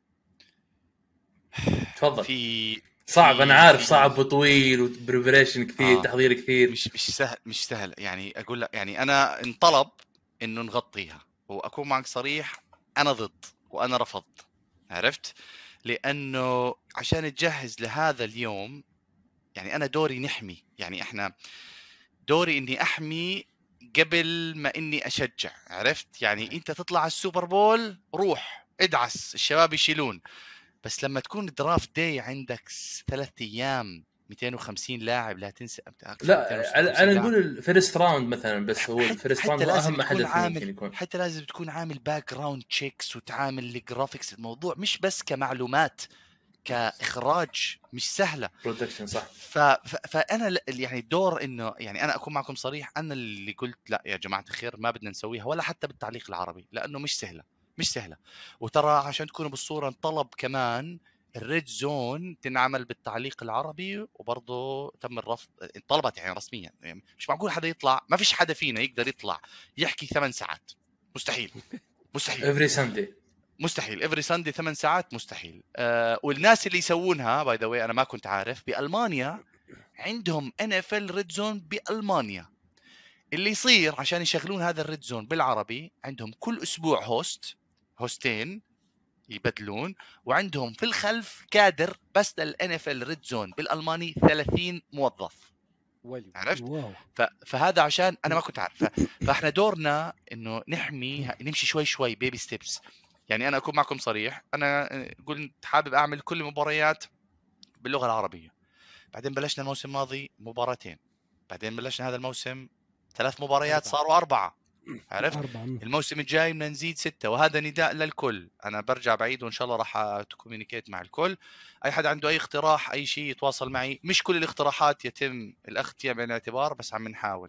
تفضل. صعب انا عارف، صعب وطويل وبريبريشن كثير، تحضير كثير، مش سهل يعني. اقول لك يعني انا انطلب انه نغطيها، واكون معك صريح انا ضد وانا رفضت، عرفت؟ لانه عشان نجهز لهذا اليوم يعني انا دوري نحمي، يعني احنا دوري اني احمي قبل ما اني اشجع، عرفت؟ يعني انت تطلع على السوبر بول روح ادعس الشباب يشيلون، بس لما تكون درافت داي عندك 3 ايام 250 لاعب لا تنسى. لا انا نقول الفيرست راوند مثلا، بس هو الفيرست راوند اهم حدث ممكن يكون. حتى لازم تكون عامل باك جراوند تشيكس وتعامل الجرافيكس. الموضوع مش بس كمعلومات، كاخراج مش سهله. برودكشن صح. فانا يعني الدور انه يعني انا اكون معكم صريح، انا اللي قلت لا يا جماعه الخير ما بدنا نسويها ولا حتى بالتعليق العربي، لانه مش سهله. وترى عشان تكونوا بالصوره انطلب كمان الريد زون تنعمل بالتعليق العربي، وبرضه تم الرفض، انطلبت يعني رسميا. يعني مش معقول حدا يطلع، ما فيش حدا فينا يقدر يطلع يحكي 8 ساعات، مستحيل افري ساندي مستحيل، افري ساندي 8 ساعات مستحيل. والناس اللي يسوونها باي ذا واي انا ما كنت عارف، بألمانيا عندهم NFL ريد زون بألمانيا. اللي يصير عشان يشغلون هذا الريد زون بالعربي، عندهم كل اسبوع هوستين يبدلون، وعندهم في الخلف كادر بس للNFL ريد زون بالألماني 30 موظف. عرفت؟ فهذا عشان انا ما كنت عارف. فاحنا دورنا انه نمشي شوي بيبي ستيبس. يعني انا اكون معكم صريح، انا قلت حابب اعمل كل المباريات باللغه العربيه. بعدين بلشنا الموسم الماضي مباراتين، بعدين بلشنا هذا الموسم 3 مباريات صاروا 4. عرفت؟ الموسم الجاي بدنا نزيد 6، وهذا نداء للكل. انا برجع بعيد وان شاء الله راح اتكومينيكيت مع الكل. اي حد عنده اي اقتراح اي شيء يتواصل معي. مش كل الاقتراحات يتم الاخذ فيها بعين الاعتبار، بس عم نحاول.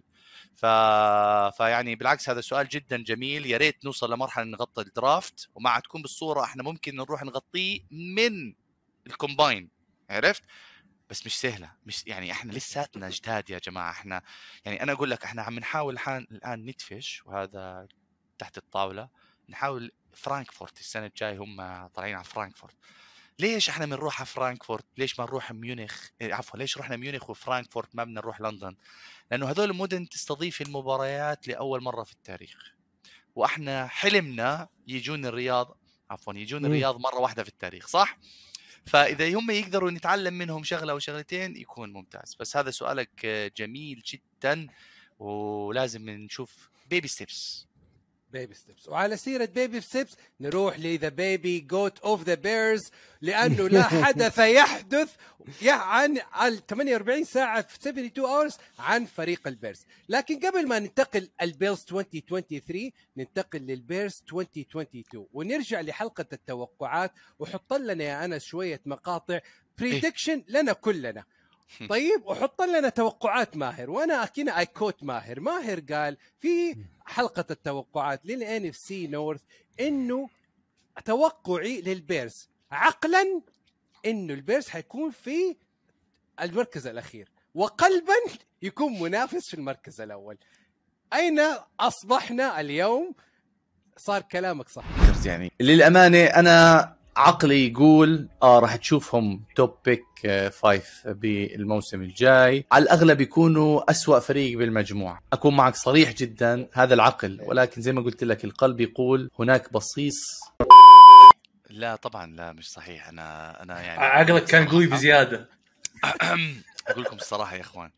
فيعني بالعكس هذا سؤال جدا جميل. يا ريت نوصل لمرحله نغطي الدرافت ومع تكون بالصوره احنا ممكن نروح نغطيه من الكومباين. عرفت؟ بس مش سهله، مش يعني احنا لساتنا جداد يا جماعه. احنا يعني انا اقول لك احنا عم نحاول الان ندفش، وهذا تحت الطاوله. نحاول فرانكفورت السنه الجاي، هم طالعين على فرانكفورت. ليش احنا بنروح على فرانكفورت؟ ليش ما نروح ميونخ؟ عفوا ليش رحنا ميونخ وفرانكفورت ما بدنا نروح لندن؟ لانه هذول المدن تستضيف المباريات لاول مره في التاريخ، واحنا حلمنا يجون الرياض مره واحده في التاريخ، صح؟ فاذا هم يقدروا نتعلم منهم شغله او شغلتين يكون ممتاز. بس هذا سؤالك جميل جدا، ولازم نشوف بيبي ستيبس. وعلى سيرة بيبي ستيبس نروح لذا بيبي جوت اوف ذا بيرز، لأنه لا حدث يحدث عن 48 ساعة في 72 hours عن فريق البيرز. لكن قبل ما ننتقل البيرز 2023 ننتقل للبيرز 2022 ونرجع لحلقة التوقعات. وحط لنا يا أنس شوية مقاطع بريدكشن لنا كلنا. طيب وحط لنا توقعات ماهر. وانا اكينا ايكوت ماهر قال في حلقة التوقعات للNFC نورث انه توقعي للبيرز عقلا انه البيرز حيكون في المركز الاخير، وقلبا يكون منافس في المركز الاول. اين اصبحنا اليوم؟ صار كلامك صح. يعني للامانه انا عقلي يقول راح تشوفهم توب بيك 5 بالموسم الجاي، على الاغلب يكونوا أسوأ فريق بالمجموعه. اكون معك صريح جدا، هذا العقل، ولكن زي ما قلت لك القلب يقول هناك بصيص. لا طبعا لا مش صحيح. انا يعني عقلك كان قوي بزياده. اقول لكم الصراحه يا اخوان،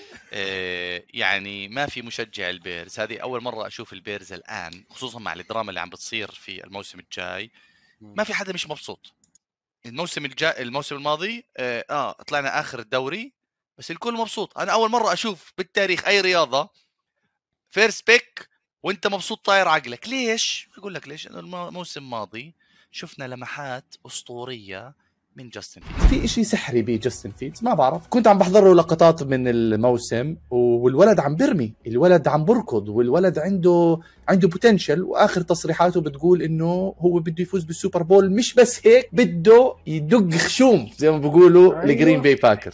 يعني ما في مشجع البيرز، هذه اول مره اشوف البيرز الان، خصوصا مع الدراما اللي عم بتصير في الموسم الجاي. ما في حدا مش مبسوط. الموسم الماضي طلعنا اخر الدوري بس الكل مبسوط. انا اول مره اشوف بالتاريخ اي رياضه فيرست بيك وانت مبسوط طاير عقلك. ليش؟ اقول لك ليش. الموسم الماضي شفنا لمحات اسطوريه من جاستن فيلدز. في اشي سحري بجاستن فيلدز، ما بعرف. كنت عم بحضر له لقطات من الموسم والولد عم برمي، الولد عم بركض، والولد عنده بوتنشل. واخر تصريحاته بتقول انه هو بده يفوز بالسوبر بول، مش بس هيك بده يدق خشوم زي ما بيقولوا الجرين باي باكرز.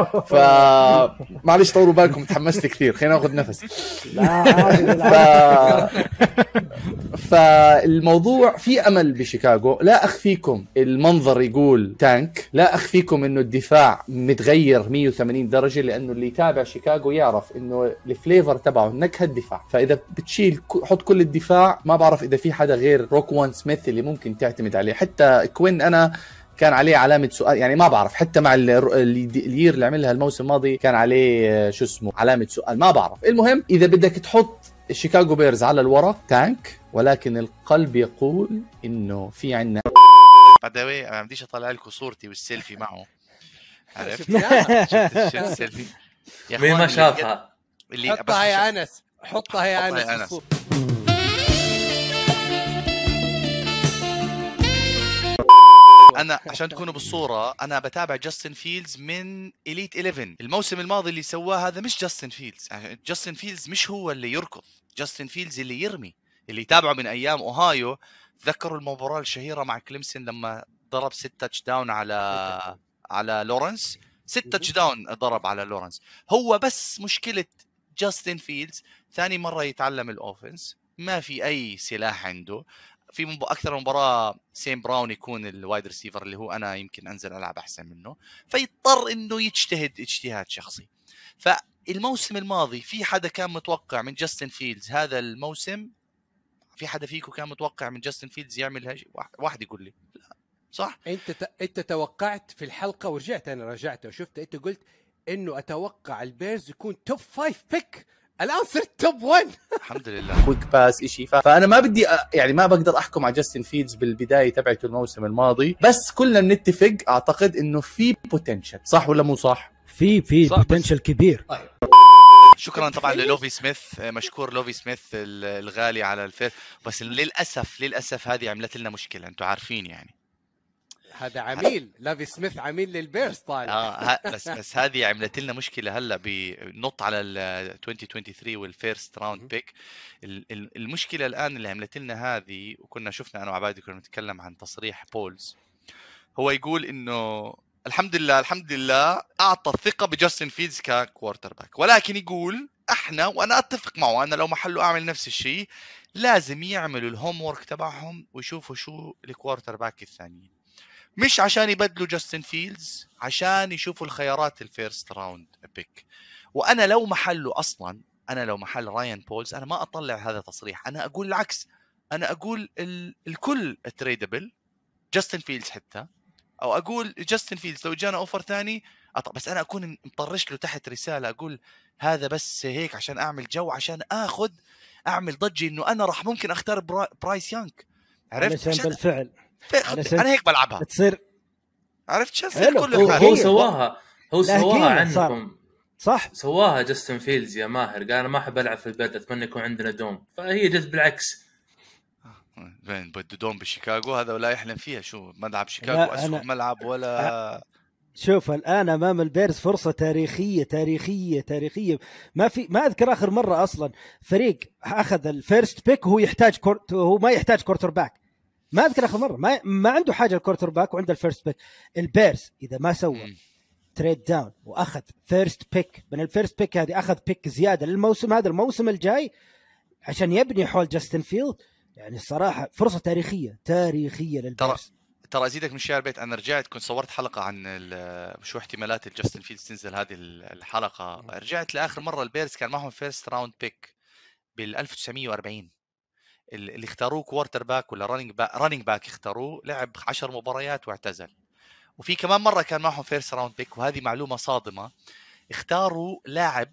معلش طولوا بالكم، تحمست كثير، خلينا ناخذ نفس. فالموضوع في امل بشيكاغو. لا اخفيكم المنظر يقول تانك، لا اخفيكم انه الدفاع متغير 180 درجه، لانه اللي يتابع شيكاغو يعرف انه الفليفر تبعه نكهه الدفاع. فاذا بتشيل حط كل الدفاع، ما بعرف اذا في حدا غير روكوان سميث اللي ممكن تعتمد عليه. حتى كوين انا كان عليه علامه سؤال، يعني ما بعرف. حتى مع اليير اللي عملها الموسم الماضي كان عليه علامه سؤال، ما بعرف. المهم اذا بدك تحط الشيكاغو بيرز على الورق تانك، ولكن القلب يقول انه في عنا بعدين ما بديش اطلع لكم صورتي والسيلفي معه. عرفت؟ شفت السيلفي مين ما شافها؟ اللي حطها يا انس، حطها يا انس. انا عشان تكونوا بالصوره انا بتابع جاستن فيلدز من إليت 11. الموسم الماضي اللي سواه هذا مش جاستن فيلدز. جاستن فيلدز مش هو اللي يركض، جاستن فيلدز اللي يرمي. اللي يتابعه من ايام اوهايو تذكروا المباراه الشهيره مع كليمسون لما ضرب 6 تاتش داون على لورنس. 6 تاتش داون ضرب على لورنس. هو بس مشكله جاستن فيلدز ثاني مره يتعلم الاوفنس، ما في اي سلاح عنده. في اكثر من مباراه سيم براون يكون الوايد ريسيفر اللي هو انا يمكن انزل العب احسن منه، فيضطر انه يجتهد اجتهاد شخصي. فالموسم الماضي في حدا كان متوقع من جاستن فيلدز هذا الموسم؟ في حدا فيكم كان متوقع من جاستن فيلدز يعمل هالشيء؟ واحد يقول لي لا. صح؟ انت توقعت في الحلقه ورجعت انا رجعت وشفت انت قلت انه اتوقع البيرز يكون توب 5 بيك، الان صرت توب 1. الحمد لله. كويك باس شيء. فانا ما بدي يعني ما بقدر احكم على جاستن فيلدز بالبدايه تبعته الموسم الماضي، بس كلنا بنتفق اعتقد انه في بوتنشل. صح ولا مو صح؟ في بوتنشل كبير. طيب. شكرا طبعا للوفي سميث، مشكور لوفي سميث الغالي على الفير. بس للاسف هذه عملت لنا مشكله، انتم عارفين يعني. هذا عميل لوفي سميث، عميل للبيرز طالع. بس هذه عملت لنا مشكله هلا بنط على ال 2023 والفيرست راوند بيك. المشكله الان اللي عملت لنا هذه، وكنا شفنا انا وعبادي كنا نتكلم عن تصريح بولز، هو يقول انه الحمد لله اعطى الثقه بجاستن فيلدز ككوارتر باك، ولكن يقول احنا، وانا اتفق معه، انا لو محله اعمل نفس الشيء، لازم يعملوا الهوم وورك تبعهم ويشوفوا شو الكوارتر باك الثانيين، مش عشان يبدلوا جاستن فيلدز، عشان يشوفوا الخيارات الفيرست راوند بيك. وانا لو محله اصلا، انا لو محل رايان بولز، انا ما اطلع هذا تصريح، انا اقول العكس، انا اقول الكل تريدبل، جاستن فيلدز حتى، او اقول جاستن فيلدز لو جانا اوفر ثاني بس انا اكون مطرش له تحت رساله اقول هذا بس هيك عشان اعمل جو، عشان اعمل ضجه انه انا راح ممكن اختار برايس يانغ. عرفت؟ عشان بالفعل انا هيك بلعبها تصير. عرفت شو هو سواها عنكم صح، سواها جاستن فيلدز يا ماهر، قال انا ما احب العب في البيت، اتمنى يكون عندنا دوم، فهي جت بالعكس. وين بده دوم بشيكاغو؟ هذا ولا يحلم فيها. شو ملعب شيكاغو اسوء ملعب ولا شوف الان امام البيرز فرصه تاريخيه. ما اذكر اخر مره اصلا فريق اخذ الفيرست بيك وهو هو ما يحتاج كورتر باك. ما اذكر اخر مره ما عنده حاجه الكورتر باك وعنده الفيرست بيك. البيرز اذا ما سوى تريد داون واخذ فيرست بيك من الفيرست بيك هذه، اخذ بيك زياده للموسم هذا الموسم الجاي عشان يبني حول جاستن فيلد، يعني الصراحه فرصه تاريخيه للبيرز. ترى ازيدك من شيء البيت، انا رجعت كنت صورت حلقه عن شو احتمالات الجاستن فيلدز تنزل هذه الحلقه. رجعت لاخر مره البيرز كان معهم فيرست راوند بيك بال 1940 اللي اختاروه كوارتر باك ولا رانينج باك اختاروه، لعب 10 مباريات واعتزل. وفي كمان مره كان معهم فيرست راوند بيك، وهذه معلومه صادمه، اختاروا لاعب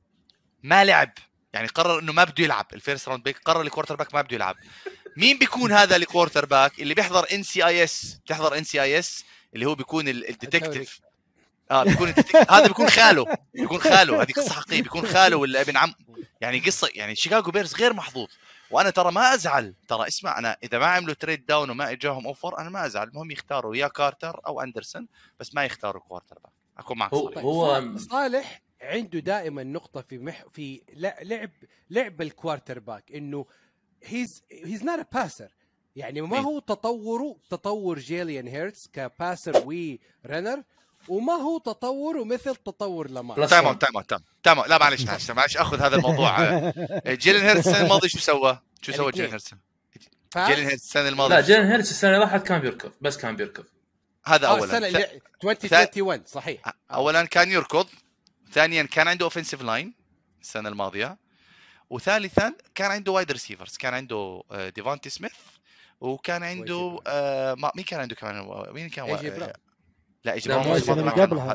ما لعب، يعني قرر انه ما بده يلعب. الفيرست راوند بيك قرر الكوارتر باك ما بده يلعب. مين بيكون هذا الكوارتر باك؟ اللي بيحضر NCIS، بتحضر NCIS اللي هو بيكون الديتكتيف. بيكون هذا بيكون خاله، هذه قصه حقيقيه، بيكون خاله ولا ابن عم، يعني قصه. يعني شيكاغو بيرز غير محظوظ. وانا ترى ما ازعل، ترى اسمع، انا اذا ما عملوا تريد داون وما اجاهم اوفر انا ما ازعل، المهم يختاروا يا كارتر او اندرسون، بس ما يختاروا كوارتر باك. اكون معك صريح. هو صالح عنده دائما نقطه في لعب الكوارتر باك، انه he's not a passer، يعني ما هو تطور جيليان هيرتز كباسر ورنر، وما هو تطور مثل تطور لامار. تمام لا معلش اخذ هذا الموضوع. جيلين هيرتز السنه الماضيه شو سوى جيلين هيرتز؟ جيلين هيرتز السنه الماضيه، لا جيلين هيرتز السنه اللي راحت كان بيركض، بس كان بيركض. هذا اولا السنه 2021 صحيح. اولا كان يركض، ثانيا كان عنده اوفنسيف لاين السنه الماضيه، وثالثا كان عنده وايد ريسيفرز، كان عنده ديفونتي سميث، وكان عنده مين كان عنده كمان؟ مين كان؟ لا السنة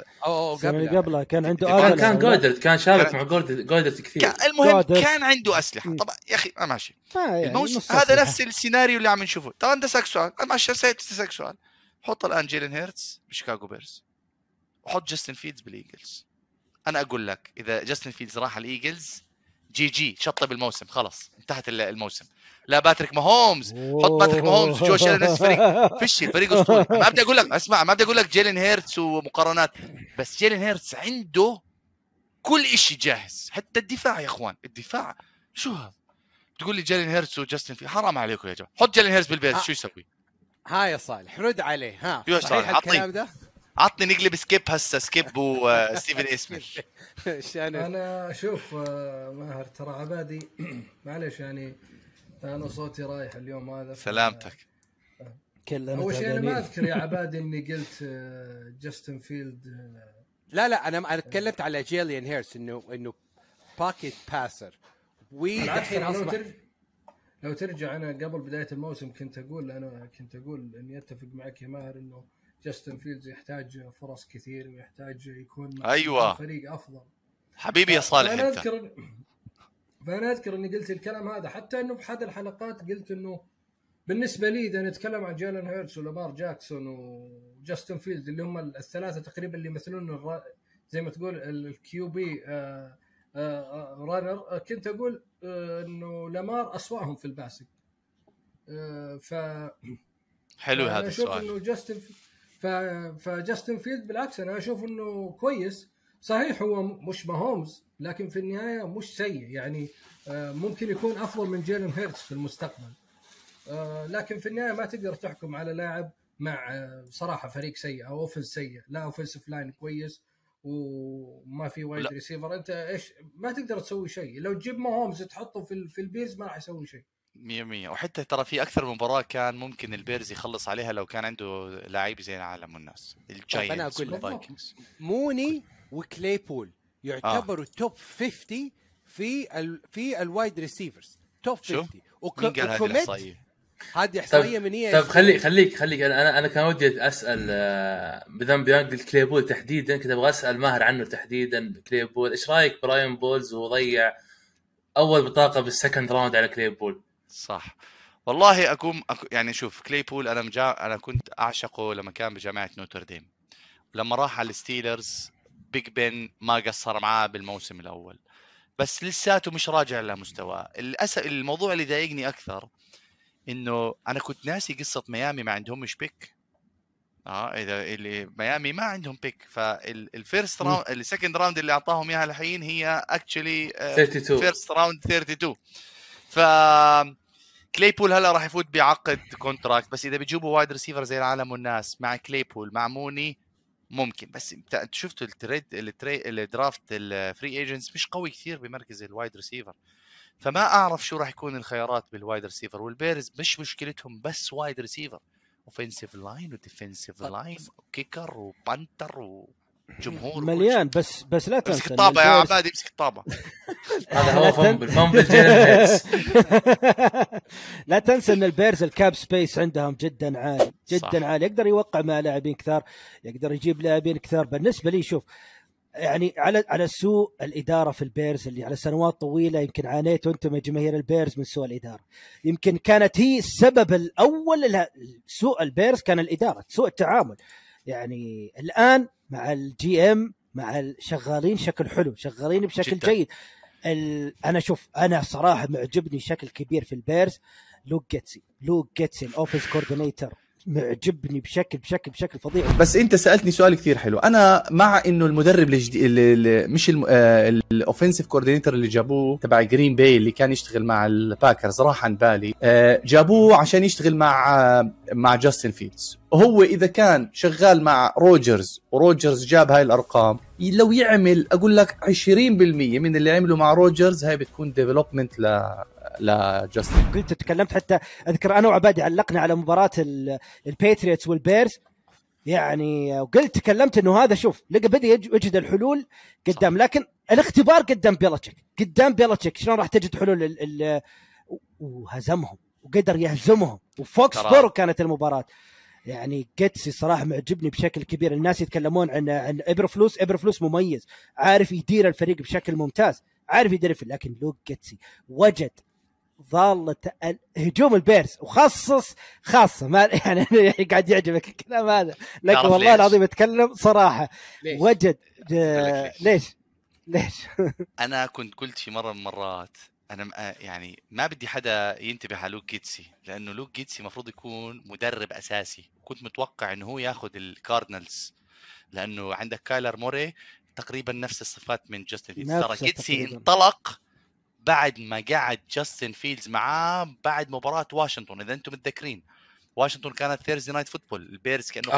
قبلها كان عنده كان جودرد، كان شارك مع جودرد كثير. المهم كان عنده اسلحه. طبعا يا اخي ماشي، الموسم هذا نفس السيناريو اللي عم نشوفه. طبعا ده سؤال، انا ماشي سالت سؤال، حط الان جيلين هيرتز بشيكاغو بيرز وحط جاستن فيلدز بالايجلز. انا اقول لك اذا جاستن فيلدز راح الايجلز جي شطب الموسم، خلاص انتهت الموسم. لا باتريك ماهومز، حط باتريك ماهومز جوش الين فريق فيش فريق اسطوري. ما بدي اقول لك اسمع، ما بدي اقول لك جيلين هيرتز ومقارنات، بس جيلين هيرتز عنده كل شيء جاهز، حتى الدفاع يا اخوان. الدفاع شو هذا؟ تقول لي جيلين هيرتز وجاستن فيلدز، حرام عليكم يا جماعه. حط جيلين هيرتز بالبيت شو يسوي؟ ها يا صالح رد عليه. ها صحيح الكلام ده؟ عطني نقلب سكيب هسه، سكيب وستيفن اسميث. انا شوف ماهر ترى عبادي معلش يعني انا صوتي رايح اليوم هذا. سلامتك. اول شيء انا ما اذكر يا عبادي اني قلت جاستن فيلد. لا انا تكلمت على جيلين هيرتز انه باكيت باسر. والحين اصبح لو ترجع انا قبل بدايه الموسم كنت اقول اني اتفق معك يا ماهر انه جاستن فيلدز يحتاج فرص كثير ويحتاج يكون أيوة. فريق افضل. حبيبي يا صالح فانا اذكر اني قلت الكلام هذا، حتى انه في احد الحلقات قلت انه بالنسبه لي اذا نتكلم عن جيلين هيرتز ولامار جاكسون وجاستن فيلدز اللي هم الثلاثه تقريبا اللي يمثلون زي ما تقول الكيو بي رانر، كنت اقول انه لامار اسواهم في الباسك. حلو هذا السؤال. انه فجاستن فيلد بالعكس انا اشوف انه كويس. صحيح هو مش ماهومز، لكن في النهايه مش سيء يعني. ممكن يكون افضل من جيلين هيرتز في المستقبل، لكن في النهايه ما تقدر تحكم على لاعب مع صراحه فريق سيء او اوفنس سيء. لا اوفنسيف لاين كويس وما في وايد ريسيفر، انت ايش ما تقدر تسوي شيء. لو تجيب ماهومز تحطه في البيرز ما راح يسوي شيء 100%. وحتى ترى في اكثر من مباراه كان ممكن البيرز يخلص عليها لو كان عنده لاعب زي العالم والناس الجاينتس والفايكنجز. موني وكليبول يعتبروا توب 50 في الوايد ريسيفرز، توب 50. وكوميت هذه احصائيه من ايه؟ طيب خليك انا كان ودي اسال بذنب كليبول تحديدا، كنت ابغى اسال ماهر عنه تحديدا. كليبول ايش رايك براين بولز وضيع اول بطاقه بالسكند راوند على كليبول؟ صح والله. يعني شوف كليبول انا كنت اعشقه لما كان بجامعه نوتردام، لما راح على الستيلرز بيج بن ما قصر معاه بالموسم الاول، بس لساته مش راجع لمستواه. الموضوع اللي ضايقني اكثر انه انا كنت ناسي قصه ميامي ما عندهمش بيك. اذا اللي ميامي ما عندهم بيك، فالفيرست راوند السكند راوند اللي اعطاهم اياها الحين هي اكشلي فيرست راوند 32. ف كليبول هلا راح يفوت بعقد كونتراكت، بس اذا بيجيبوا وايد ريسيفر زي العالم والناس مع كليبول مع موني ممكن. بس انت شفتوا الدرافت الفري ايجنتس مش قوي كثير بمركز الوايد ريسيفر، فما اعرف شو راح يكون الخيارات بالوايد ريسيفر. والبيرز مش مشكلتهم بس وايد ريسيفر، اوفنسيف لاين وديفنسيف لاين وكيكر وبانتر وجمهور مليان. بس لا تنسى امسك الطابه يا عبادي، امسك الطابه. هذا هو فامبل جيلين. لا تنسى ان البيرز الكاب سبيس عندهم جدا عالي جدا عالي، يقدر يوقع مع لاعبين كثار، يقدر يجيب لاعبين كثار. بالنسبه لي شوف يعني على سوء الاداره في البيرز اللي على سنوات طويله يمكن عانيتوا انتم يا جماهير البيرز من سوء الاداره. يمكن كانت هي السبب الاول سوء البيرز، كان الاداره، سوء التعامل. يعني الان مع الجي ام مع شغالين شكل حلو، شغالين بشكل جدا. جيد. انا شوف انا صراحه معجبني شكل كبير في البيرز لوك جيتسي الاوفيس كوردينيتور، معجبني بشكل فظيع. بس انت سالتني سؤال كثير حلو. انا مع انه المدرب مش الاوفنسيف كوردينيتور اللي جابوه تبع جرين باي اللي كان يشتغل مع الباكرز راح عن بالي، جابوه عشان يشتغل مع جاستن فيلدز. هو اذا كان شغال مع روجرز وروجرز جاب هاي الارقام، لو يعمل اقول لك 20% من اللي عمله مع روجرز هاي بتكون ديفلوبمنت جاستن. قلت تكلمت حتى اذكر انا وعبادي علقنا على مباراه الباتريوتس والبيرز يعني، وقلت تكلمت انه هذا شوف لقى بدا يوجد الحلول قدام، لكن الاختبار قدام بيلتشيك شلون راح تجد حلول وهزمهم وقدر يهزمهم. وفوكس بورو كانت المباراه يعني. جيتسي صراحه معجبني بشكل كبير. الناس يتكلمون عن ابرفلوس مميز، عارف يدير الفريق بشكل ممتاز، عارف يدير، لكن لوك جيتسي وجد ضالة هجوم البيرز وخصص خاصة ما يعني قاعد يعجبك الكلام هذا، لكن والله العظيم اتكلم صراحة ليش؟ وجد ليش انا كنت قلت في مرة من المرات انا يعني ما بدي حدا ينتبه على لوك جيتسي، لانه لوك جيتسي مفروض يكون مدرب اساسي. كنت متوقع انه هو ياخذ الكاردينالز، لانه عندك كايلر موري تقريبا نفس الصفات من جاستن فيلدز. ترى جيتسي انطلق بعد ما قعد جاستن فيلدز معاه بعد مباراة واشنطن. اذا انتم متذكرين واشنطن كانت ثيرزي نايت فوتبول، البيرز كانه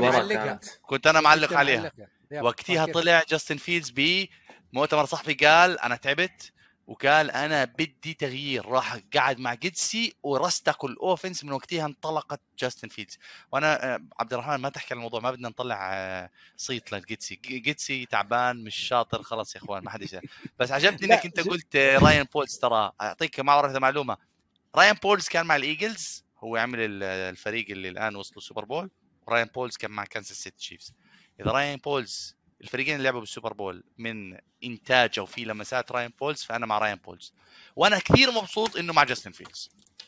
كنت انا معلق عليها وقتها. طلع جاستن فيلدز بمؤتمر صحفي قال انا تعبت، وقال انا بدي تغيير. راح قعد مع جيتسي ورستقوا الاوفنس. من وقتها انطلقت جاستن فيلدز. وانا عبد الرحمن ما تحكي عن الموضوع، ما بدنا نطلع صيت لجيتسي. جيتسي تعبان مش شاطر خلاص يا اخوان، ما حد يسأل. بس عجبتني انك انت قلت رايان بولز. ترى اعطيك معلومه، رايان بولز كان مع الايجلز، هو عمل الفريق اللي الان وصلوا السوبر بول. رايان بولز كان مع كانساس سيتي تشيفز. اذا رايان بولز الفريقين اللي لعبوا بالسوبر بول من انتاجه وفي لمسات راين بولز، فانا مع راين بولز، وانا كثير مبسوط انه مع جاستن فيلدز.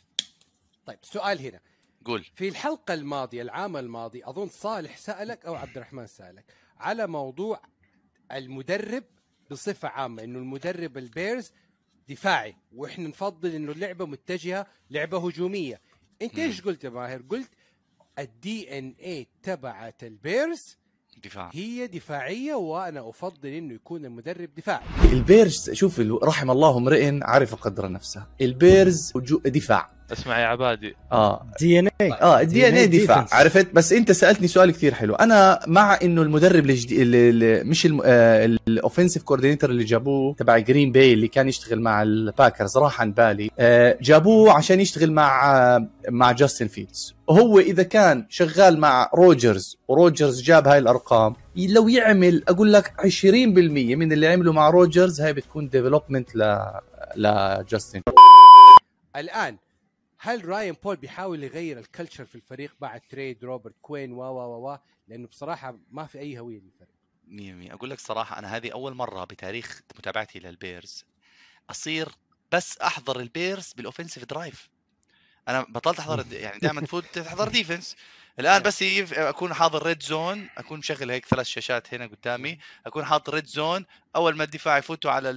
طيب سؤال هنا، قول. في الحلقه الماضيه العام الماضي اظن صالح سالك او عبد الرحمن سالك على موضوع المدرب بصفه عامه، انه المدرب البيرز دفاعي واحنا نفضل انه اللعبه متجهه لعبه هجوميه. انت ايش قلت يا ماهر؟ قلت الدي ان اي تبعت البيرز دفاع، هي دفاعيه وانا افضل انه يكون المدرب دفاعي. البيرز شوف رحم الله امرئ عرف قدر نفسه. البيرز دفاع. اسمع يا عبادي، دي ان اي الدي ان اي دفاع، عرفت؟ بس انت سالتني سؤال كثير حلو. انا مع انه المدرب مش الاوفنسيف كوردينيتور اللي جابوه تبع جرين باي اللي كان يشتغل مع الباكرز راح عن بالي، جابوه عشان يشتغل مع جاستن فيلدز. وهو اذا كان شغال مع روجرز وروجرز جاب هاي الارقام، لو يعمل اقول لك 20% من اللي عمله مع روجرز هاي بتكون ديفلوبمنت لجاستن. الان هل راين بول بيحاول يغير الكلتشر في الفريق بعد تريد روبرت كوين لانه بصراحه ما في اي هويه للفريق؟ 100% اقول لك صراحه، انا هذه اول مره بتاريخ متابعتي للبيرز اصير بس احضر البيرز بالاوفنسيف درايف. انا بطلت احضر يعني دائما تفوت تحضر ديفنس. الان بس اكون حاضر ريد زون، اكون شغل هيك 3 شاشات هنا قدامي، اكون حاط ريد زون. اول ما الدفاع يفوتوا على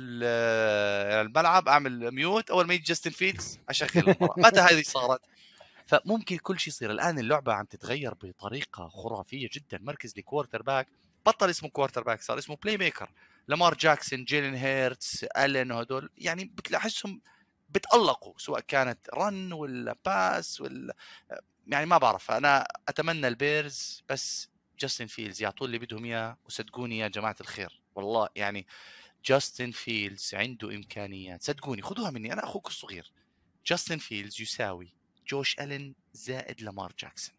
الملعب اعمل ميوت، اول ما يجي جاستن فيلدز اشغل المباراه. متى هذه صارت؟ فممكن كل شيء يصير. الان اللعبه عم تتغير بطريقه خرافيه جدا. مركز الكوارتر باك بطل اسمه كوارتر باك، صار اسمه بلاي ميكر. لامار جاكسون، جيلين هيرتس، ألين، هدول يعني بتلاحظهم بتألقوا سواء كانت رن ولا باس ولا يعني ما بعرف. انا اتمنى البيرز بس جاستن فيلدز يعطوا اللي بدهم اياه. وصدقوني يا جماعه الخير والله يعني جاستن فيلدز عنده امكانيات، صدقوني خذوها مني انا اخوك الصغير. جاستن فيلدز يساوي جوش ألين زائد لامار جاكسون.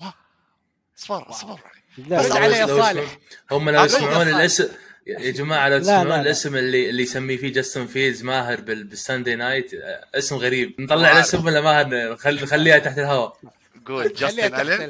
اصبر بس عليه يا صالح. هم لو يسمعون الاسم يا جماعه، لو تسمعون الاسم اللي يسميه فيه جاستن فيلدز ماهر بالساندي نايت، اسم غريب. نطلع الاسم ولا ماهر نخليها تحت الهواء؟ قول جاستن ألين.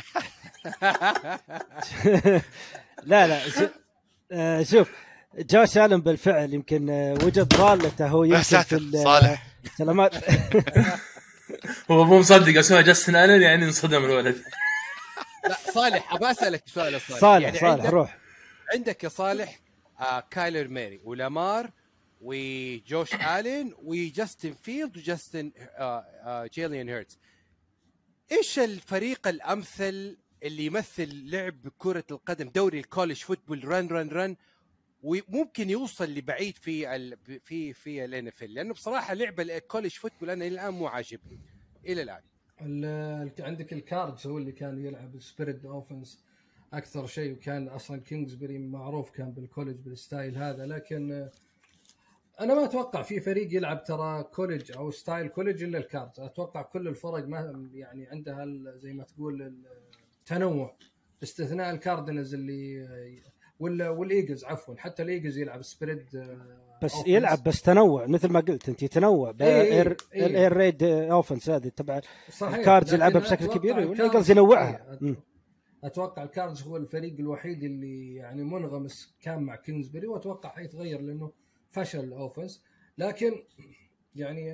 لا شوف جوش ألين بالفعل يمكن وجد ضالته هو يمكن في صالح سلامات. هو مو مصدق اسمه جاستن ألين يعني انصدم الولد. لا صالح ابى اسالك سؤال. صالح روح. عندك يا صالح كايلر ميري ولامار وجوش آلين وجاستن فيلد وجاستن جيلين هيرتز. ايش الفريق الامثل اللي يمثل لعب كرة القدم دوري الكوليج فوتبول رن وممكن يوصل لبعيد في الNFL؟ لانه بصراحة لعب الكوليج فوتبول انا الان مو عاجبني الى الان. عندك الكاردز هو اللي كان يلعب سبيريت اوفنس اكثر شيء، وكان اصلا كينغزبري معروف كان بالكوليج بالستايل هذا. لكن انا ما اتوقع في فريق يلعب ترى كوليج او ستايل كوليج الا الكاردز. اتوقع كل الفرق ما يعني عندها زي ما تقول التنوع، باستثناء الكاردينالز اللي والايجلز عفوا. حتى الايجلز يلعب سبريد بس أوفنس. يلعب بس تنوع مثل ما قلت انت، تنوع الاير ريد اوفنس هذه تبع الكاردز يلعبها بشكل كبير والايجلز ينوعها. اتوقع الكاردز هو الفريق الوحيد اللي يعني منغمس كان مع كينغزبري، واتوقع حيتغير لانه فشل الاوفنس. لكن يعني انت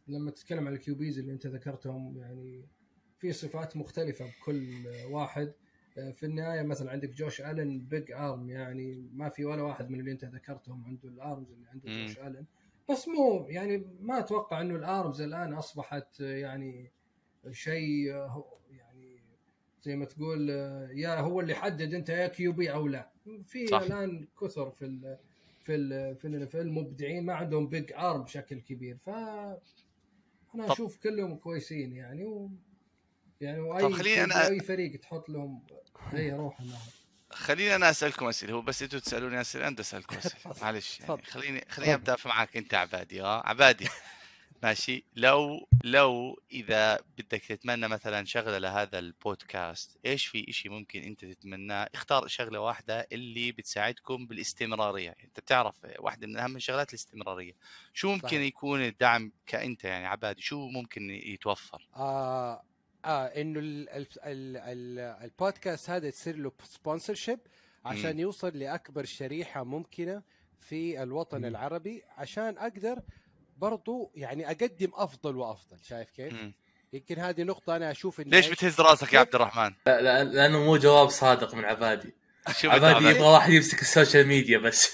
لما تتكلم عن الكيوبيز اللي انت ذكرتهم، يعني في صفات مختلفه بكل واحد. في النهايه مثلا عندك جوش آلن بيج ارم، يعني ما في ولا واحد من اللي انت ذكرتهم عنده الارمز اللي عنده جوش آلن. بس مو يعني ما اتوقع انه الارمز الان اصبحت يعني شيء يعني زي ما تقول يا هو اللي حدد انت يا كيوبي او لا. في الان كثر في المبدعين ما عندهم بيج ارم بشكل كبير، ف انا اشوف كلهم كويسين يعني يعني واي فريق تحط لهم اي روح النهار. خليني انا اسالكم اسئله، هو بس انتوا تسالوني اسئله انت اسالكم اسئله معلش يعني. خليني ابدا معك انت عبادي. عبادي ماشي. لو اذا بدك تتمنى مثلا شغله لهذا البودكاست، ايش في اشي ممكن انت تتمناه؟ اختار شغله واحده اللي بتساعدكم بالاستمراريه. انت بتعرف واحده من اهم الشغلات الاستمراريه. شو ممكن يكون الدعم كأنت يعني عبادي؟ شو ممكن يتوفر؟ انه البودكاست هذا يصير له سبونسرشيب عشان يوصل لاكبر شريحه ممكنه في الوطن العربي، عشان اقدر برضو يعني اقدم افضل وافضل. شايف كيف؟ يمكن هذه نقطه انا اشوف إن ليش بتهز راسك يا عبد الرحمن؟ لانه مو جواب صادق من عبادي. عبادي يبغى واحد يمسك السوشيال ميديا بس.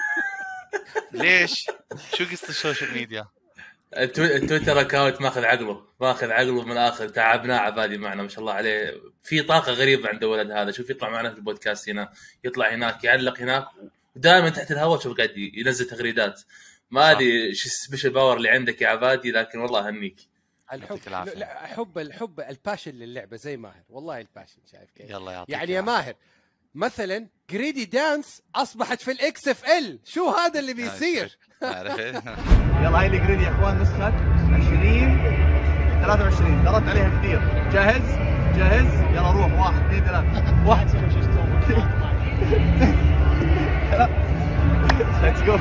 ليش؟ شو قصة السوشيال ميديا؟ التويتر اكاونت ماخذ عقله من الاخر. تعبناه عبادي معنا ما شاء الله عليه، في طاقه غريبه عند الولد هذا. شوف يطلع معنا في البودكاست هنا، يطلع هناك، يعلق هناك، ودائما تحت الهواء شوف قاعد ينزل تغريدات. ما ادري شو سبيشال باور اللي عندك يا عبادي، لكن والله اهنيك. الحب الباشن للعبه زي ماهر، والله الباشن. شايف كيف؟ يلا يعني يا ماهر مثلا جريدي دانس اصبحت في الاكس اف ال، شو هذا اللي بيصير؟ يلا هاي الجريدي يا اخوان، نسخه 2023 درت عليها كثير. جاهز يلا روح. 1 2 3 ليتس جو.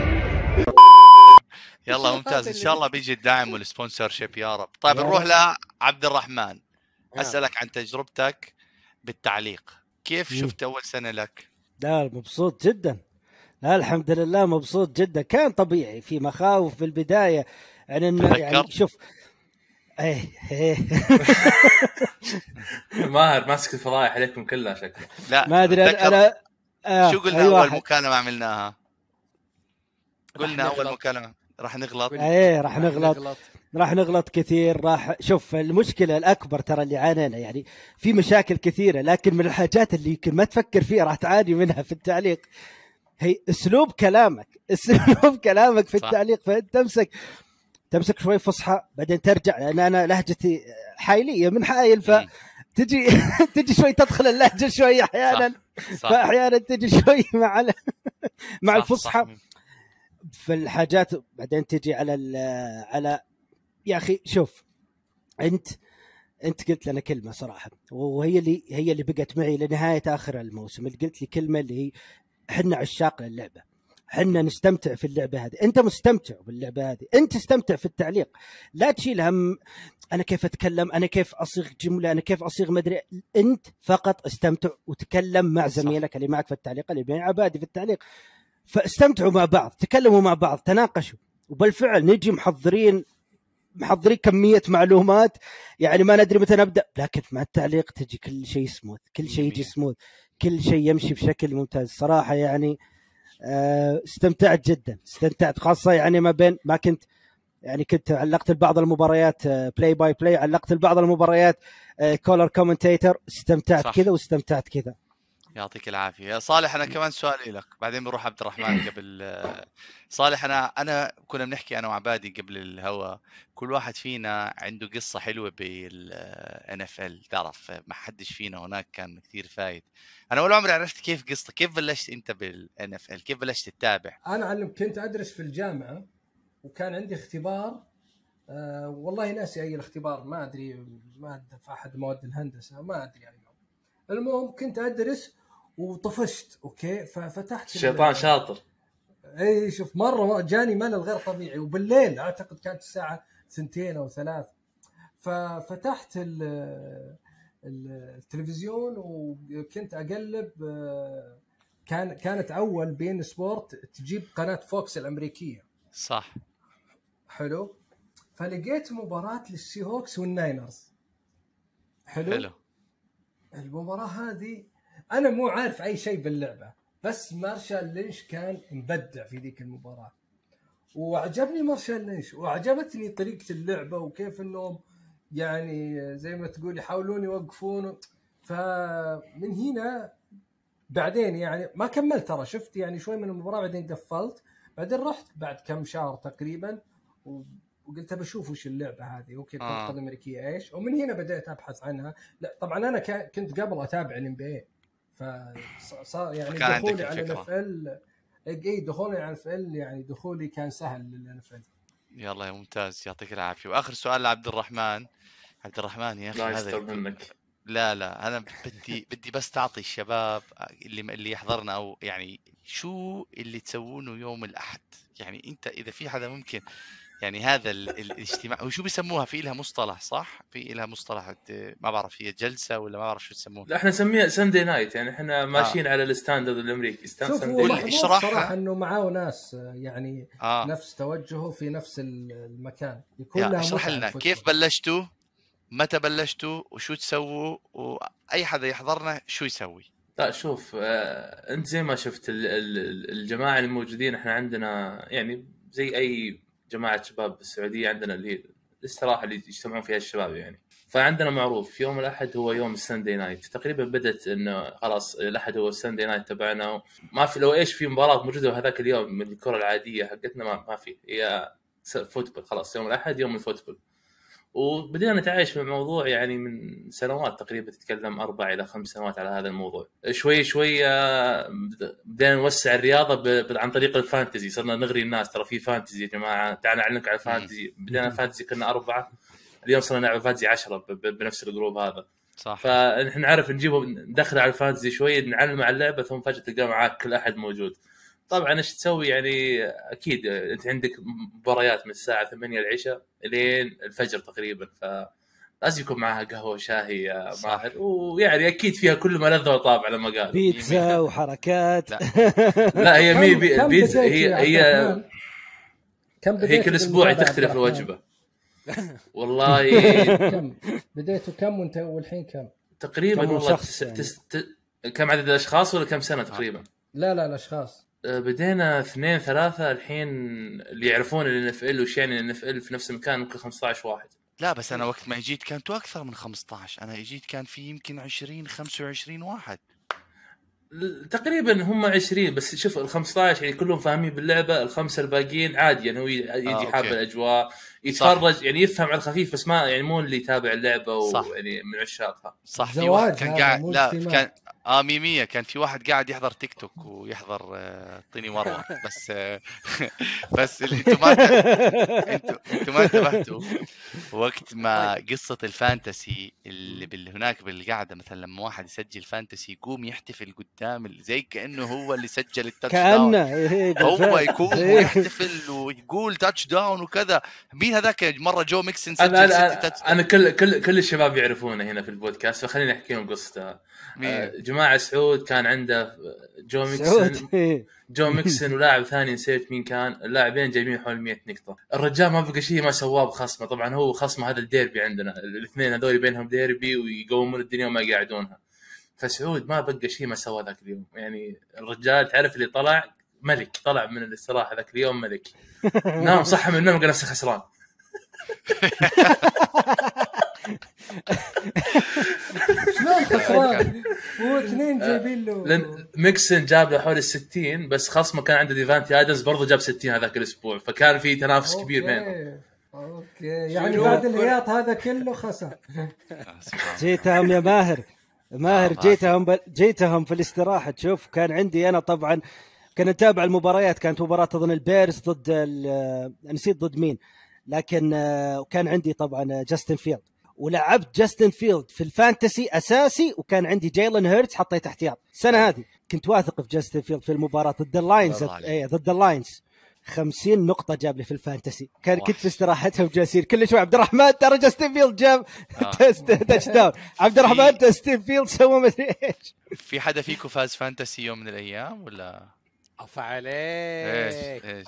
يلا ممتاز، ان شاء الله بيجي الدعم والسبونسر شيب يا رب. طيب نروح لعبد الرحمن. اسالك عن تجربتك بالتعليق، كيف شفت اول سنه لك؟ لا مبسوط جدا، لا الحمد لله مبسوط جدا. كان طبيعي في مخاوف في البدايه يعني شوف ماهر ماسك الفضايح عليكم كلها شكله. لا ما ادري انا شو قلنا اول مكالمه عملناها؟ قلنا اول مكالمه راح نغلط. راح نغلط كثير. راح شوف المشكله الاكبر ترى اللي عانينا، يعني في مشاكل كثيره، لكن من الحاجات اللي يمكن ما تفكر فيها راح تعاني منها في التعليق هي اسلوب كلامك في التعليق. فانت تمسك شوي فصحى بعدين ترجع، لان انا لهجتي حايليه من حايل، تجي شوي تدخل اللهجه شوي احيانا، فاحيانا تجي شوي مع الفصحى في الحاجات. بعدين تجي على يا اخي شوف، انت قلت لنا كلمه صراحه، وهي اللي بقت معي لنهايه اخر الموسم. اللي قلت لي كلمه اللي هي احنا عشاق للعبه، احنا نستمتع في اللعبه هذه. انت مستمتع باللعبه هذه، انت استمتع في التعليق، لا تشيل هم انا كيف اتكلم، انا كيف اصيغ جمله، انا كيف اصيغ مدري. انت فقط استمتع وتكلم مع زميلك اللي معك في التعليق، اللي بين عبادي في التعليق، فاستمتعوا مع بعض، تكلموا مع بعض، تناقشوا. وبالفعل نجي محضرين كمية معلومات يعني ما ندري متى نبدأ، لكن مع التعليق تجي كل شيء سموث، كل شيء يجي سموث، كل شيء يمشي بشكل ممتاز صراحة. يعني استمتعت جدا، خاصة يعني ما كنت علقت بعض المباريات بلاي باي بلاي، علقت بعض المباريات كولر كومنتيتر، استمتعت كذا واستمتعت كذا. يعطيك العافيه. صالح انا كمان سؤالي لك، بعدين بروح عبد الرحمن. قبل صالح انا كنا بنحكي انا وعبادي قبل الهوا، كل واحد فينا عنده قصه حلوه بالان اف ال. تعرف ما حدش فينا هناك كان كثير فايد. انا ولا عمري عرفت كيف قصتك، كيف بلشت انت بالان اف ال، كيف بلشت تتابع؟ انا كنت ادرس في الجامعه وكان عندي اختبار، والله ناسي اي الاختبار، ما ادري، ماده في احد مواد الهندسه، ما ادري اي. المهم كنت ادرس وطفشت. اوكي، ففتحت الشيطان شاطر. اي شوف، مره جاني ملل غير طبيعي، وبالليل اعتقد كانت الساعه 2 أو 3، ففتحت التلفزيون وكنت اقلب. كانت اول بين سبورت تجيب قناه فوكس الامريكيه، صح؟ حلو. فلقيت مباراة للسي هوكس والناينرز. حلو. المباراة هذه أنا مو عارف أي شيء باللعبة، بس مارشال لينش كان مبدع في ذيك المباراة، وعجبني مارشال لينش، وعجبتني طريقة اللعبة وكيف إنهم يعني زي ما تقول يحاولون يوقفون. فمن هنا بعدين يعني ما كملت، ترى شفت يعني شوي من المباراة بعدين قفلت. بعدين رحت بعد كم شهر تقريبا وقلت بشوف وش اللعبة هذه وكيف كرة قدم أمريكية إيش، ومن هنا بدأت أبحث عنها. لا طبعا أنا كنت قبل أتابع NBA، فصار يعني دخولي على NFL دخولي على NFL يعني دخولي كان سهل للNFL. يلا يا ممتاز، يعطيك العافية. وآخر سؤال لعبد الرحمن. عبد الرحمن يا أخي هذا منك. لا أنا بدي بس تعطي الشباب اللي يحضرنا أو يعني شو اللي تسوونه يوم الأحد. يعني أنت إذا في حدا ممكن يعني هذا الاجتماع وشو بيسموها، في لها مصطلح صح؟ في لها مصطلح ما بعرف هي جلسة ولا ما بعرف شو تسموها. لا احنا نسميها ساندي نايت، يعني احنا ماشيين على الستاندرد الامريكي. اشرحها انه معاه ناس يعني نفس توجهه في نفس المكان. يكون اشرح لنا كيف بلشتوا، متى بلشتوا، وشو تسووا، واي حدا يحضرنا شو يسوي. لا شوف انت زي ما شفت الجماعة الموجودين، احنا عندنا يعني زي اي جماعة شباب بالسعودية عندنا اللي هي الاستراحة اللي يجتمعون فيها الشباب يعني. فعندنا معروف يوم الأحد هو يوم الساندي نايت. تقريبا بدت إنه خلاص الأحد هو الساندي نايت تبعنا، ما في لو إيش في مباراة موجودة هذاك اليوم من الكرة العادية حقتنا ما في، هي فوتبول خلاص يوم الأحد يوم الفوتبول. وبدينا نتعايش مع الموضوع يعني من سنوات تقريبا، تتكلم 4 إلى 5 سنوات على هذا الموضوع. شوي بدينا نوسع الرياضة عن طريق الفانتزي. صرنا نغري الناس ترى في فانتزي يا جماعة، تعال نعلنك على الفانتزي. بدينا الفانتزي كنا 4، اليوم صرنا نلعب فانتزي 10 بنفس الجروب هذا. صح. فنحن نعرف نجيبه ندخل على الفانتزي شوي، نعلم على اللعبة، ثم فجأة تلقى معاك كل أحد موجود. طبعا ايش تسوي يعني؟ اكيد انت عندك مباريات من الساعه 8 العشاء لين الفجر تقريبا، فلازم يكون معها قهوه وشاي يا ماهر، ويعني اكيد فيها كل ما لذ وطاب على ما قال، بيتزا وحركات. لا هي مي بيتزا، هي كل اسبوع تختلف الوجبه. والله كم بديتوا كم وانت والحين كم تقريبا؟ والله كم عدد الاشخاص ولا كم سنه تقريبا؟ لا الاشخاص بدينا 2-3 الحين اللي يعرفون الNFL وش يعني الNFL في نفس المكان، ممكن 15 واحد. لا بس أنا وقت ما جيت كانتوا أكثر من 15. أنا جيت كان في يمكن 20-25 واحد تقريبا. هم 20 بس. شوف ال15 يعني كلهم فاهمين باللعبة، ال5 الباقيين عادي يعني هو يجي حاب الأجواء يتفرج صح. يعني يفهم على الخفيف بس ما يعني مو اللي يتابع اللعبة ويعني من عشاقها. صح. في واحد كان قاعد كان ميمية كان في واحد قاعد يحضر تيك توك ويحضر طيني مروة بس انتوا ما انتبهتوا وقت ما قصة الفانتسي اللي هناك بالقعدة. مثلا لما واحد يسجل فانتسي يقوم يحتفل قدام زي كأنه هو اللي سجل التاتش داون، هو يكون ويحتفل ويقول تاتش داون وكذا. مين هذاك مرة جو ميكسن سجل أنا كل الشباب يعرفونه هنا في البودكاست، فخليني أحكي لهم قصته. جماعة سعود كان عنده جو ميكسن ولاعب ثاني نسيت مين كان. اللاعبين جايبين حول 100 نقطة. الرجال ما بقى شيء ما سواه بخصمه. طبعا هو خصمه هذا الديربي عندنا، الاثنين هذول بينهم ديربي ويقومون الدنيا وما يقعدونها. فسعود ما بقى شيء ما سواه ذاك اليوم. يعني الرجال تعرف اللي طلع ملك، طلع من الاستراحة ذاك اليوم ملك. نام صح من النوم قال نفسه خسران. شلون خسران؟ هو اثنين جايبين له. لأن ميكسن جاب له حول 60 بس خصمه كان عنده ديفانتي آدمز برضو جاب 60 هذاك الأسبوع، فكان في تنافس كبير بينهم. اوكي يعني بعد الهياط هذا كله خسر. جيتهم يا ماهر جيتهم في الاستراحة. تشوف كان عندي أنا طبعا كان أتابع المباريات. كانت مباراة أظن البيرز ضد نسيت ضد مين، لكن وكان عندي طبعا جاستن فيلد، ولعبت جاستن فيلد في الفانتسي أساسي، وكان عندي جايلن هيرتز حطيت احتياط. السنة هذه كنت واثق في جاستن فيلد في المباراة ضد اللاينز. ضد اللاينز 50 نقطة جاب لي في الفانتسي. كنت في استراحتها وجالسين كل شوي عبد الرحمن ترى جاستن فيلد جاب تاتش داون، عبد الرحمن جاستن فيلد سوى مدري ايش. في حدا فيكم فاز فانتسي يوم من الأيام ولا؟ عفا عليك. ايش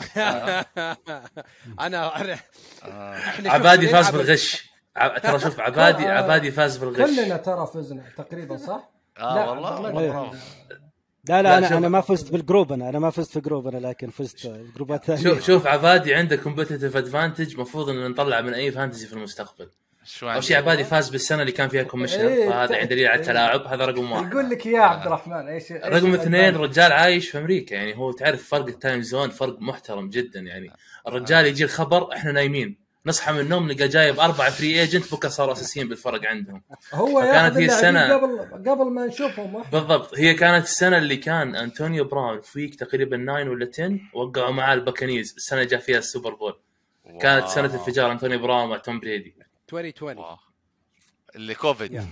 انا عبادي فاز بالغش. ترى شوف عبادي فاز بالغش. كلنا ترى فزنا تقريبا صح؟ والله لا انا ما فزت بالجروب. انا ما فزت في جروب انا، لكن فزت بالجروبات الثانيه. شوف عبادي عنده كومبيتيتيف ادفانتج، مفروض ان نطلع من اي فانتسي في المستقبل. اول شيء عبادي فاز بالسنه اللي كان فيها كوميشنر، فهذا دليل على التلاعب. هذا رقم 1. يقول لك يا عبد الرحمن ايش رقم 2 رجال عايش في امريكا، يعني هو تعرف فرق التايم زون فرق محترم جدا. يعني الرجال يجي الخبر احنا نايمين، نصحى من النوم نلقى جايب 4 فري ايجنت بكره صاروا اساسيين بالفرق عندهم. هو كانت هي السنه قبل ما نشوفهم بالضبط. هي كانت السنه اللي كان أنتونيو براون فيك تقريبا 9 ولا 10 وقعوا معاه الباكانيز. السنه جاء فيها السوبر بول. كانت سنه انفجار أنتونيو براون مع توم بريدي 2020 اللي كوفيد.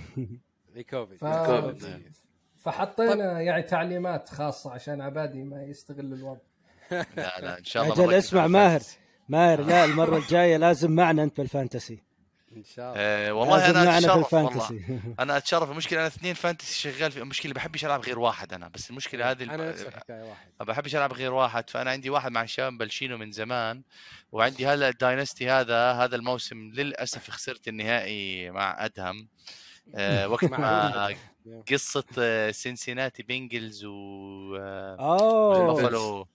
فحطينا يعني تعليمات خاصه عشان عبادي ما يستغل الوضع. لا ان شاء الله. أجل اسمع ماهر لا المره الجايه لازم معنا انت بالفانتسي ان شاء الله. والله انا اتشرف. والله انا اتشرف. المشكله انا 2 فانتسي شغال في. المشكله بحبش العب غير واحد انا، بس المشكله هذه انا نفس الحكايه واحد. ما بحبش العب غير واحد. فانا عندي واحد مع الشباب بلشينه من زمان، وعندي هلا الداينستي هذا الموسم للاسف خسرت النهائي مع ادهم. وقت ما قصه سينسيناتي بينجلز والبافالو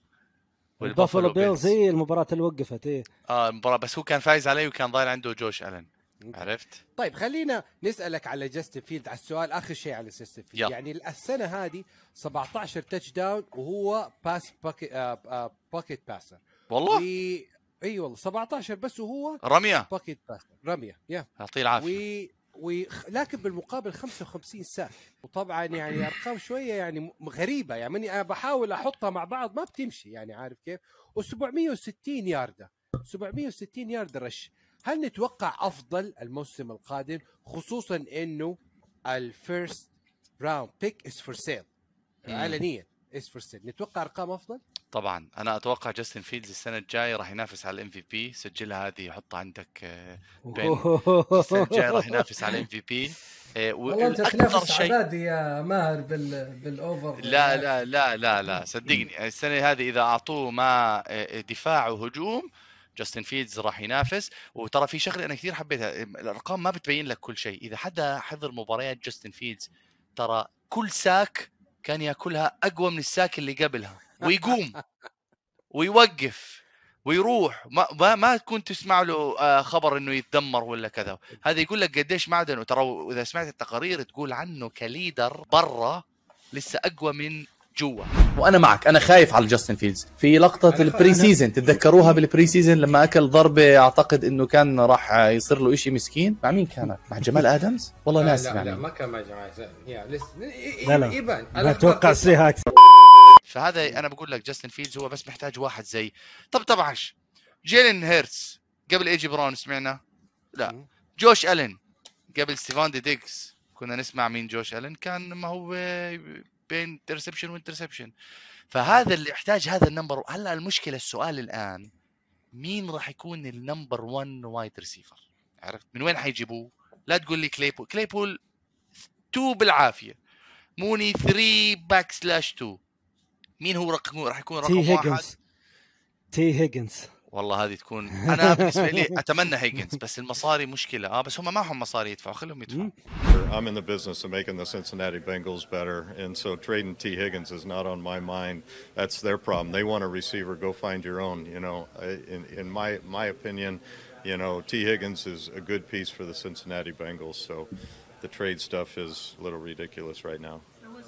بيلز هي المباراه اللي وقفت. المباراه بس هو كان فايز عليه وكان ضايل عنده جوش ألن. عرفت؟ طيب خلينا نسألك على جاستن فيلد على السؤال آخر شيء على جاستن فيلد. يعني السنة هذه 17 تاتش داون وهو باس باكيت باسر. والله اي والله 17 بس وهو رمية باكيت باسر رمية. يعطيه العافية. لكن بالمقابل 55 ساك. وطبعا يعني ارقام شويه يعني غريبه، يعني انا بحاول احطها مع بعض ما بتمشي، يعني عارف كيف. و760 ياردة 760 ياردة رش. هل نتوقع افضل الموسم القادم، خصوصا انه الفيرست راوند بيك از فور سيل اعلانيا از فور سيل؟ نتوقع ارقام افضل. طبعا انا اتوقع جاستن فيلدز السنه الجايه راح ينافس على الام في بي. سجلها هذه حطها عندك بين. السنه الجايه راح ينافس على الام في بي. والله انت تنافس عبادي يا ماهر بالاوفر. لا لا لا لا لا صدقني السنه هذه اذا اعطوه مع دفاع وهجوم جاستن فيلدز راح ينافس. وترى في شغله انا كثير حبيتها، الارقام ما بتبين لك كل شيء. اذا حدا حضر مباريات جاستن فيلدز ترى كل ساك كان ياكلها اقوى من الساك اللي قبلها، ويقوم ويوقف ويروح. ما كنت تسمع له خبر انه يتدمر ولا كذا. هذا يقول لك قديش معدنه. ترى اذا سمعت التقارير تقول عنه كليدر برا لسه اقوى من جوا. وانا معك، انا خايف على جاستن فيلدز. في لقطه البري سيزن تتذكروها بالبري سيزن لما اكل ضربه اعتقد انه كان راح يصير له شيء مسكين. مع مين كانت؟ مع جمال ادمز والله ناس. لا ما كان مع جمال لا لا اتوقع سيهاكس. فهذا انا بقول لك جاستن فيلدز هو بس محتاج واحد زي طبعا جيلين هيرتس قبل ايجي براون سمعنا. لا جوش ألين قبل ستيفان دي ديكس كنا نسمع مين جوش ألين كان ما هو بين انترسبشن وانترسبشن. فهذا اللي يحتاج هذا النمبر. هلا المشكله السؤال الان مين راح يكون النمبر 1 وايد ريسيفر؟ عرفت من وين حيجيبوه؟ لا تقول لي كليبول 2 بالعافيه، موني 3/2. مين هو راح يكون رقم 1؟ تي هيجنز. والله هذه تكون انا بالنسبه لي اتمنى هيجنز، بس المصاري مشكله. بس هم معهم مصاري يدفعوا، خليهم يدفعوا. I'm in the business of making the Cincinnati Bengals better, and so trading T. Higgins is not on my mind. That's their problem. They want a receiver, go find your own. You know, in my opinion, you know, T. Higgins is a good piece for the Cincinnati Bengals. So the trade stuff is a little ridiculous right now.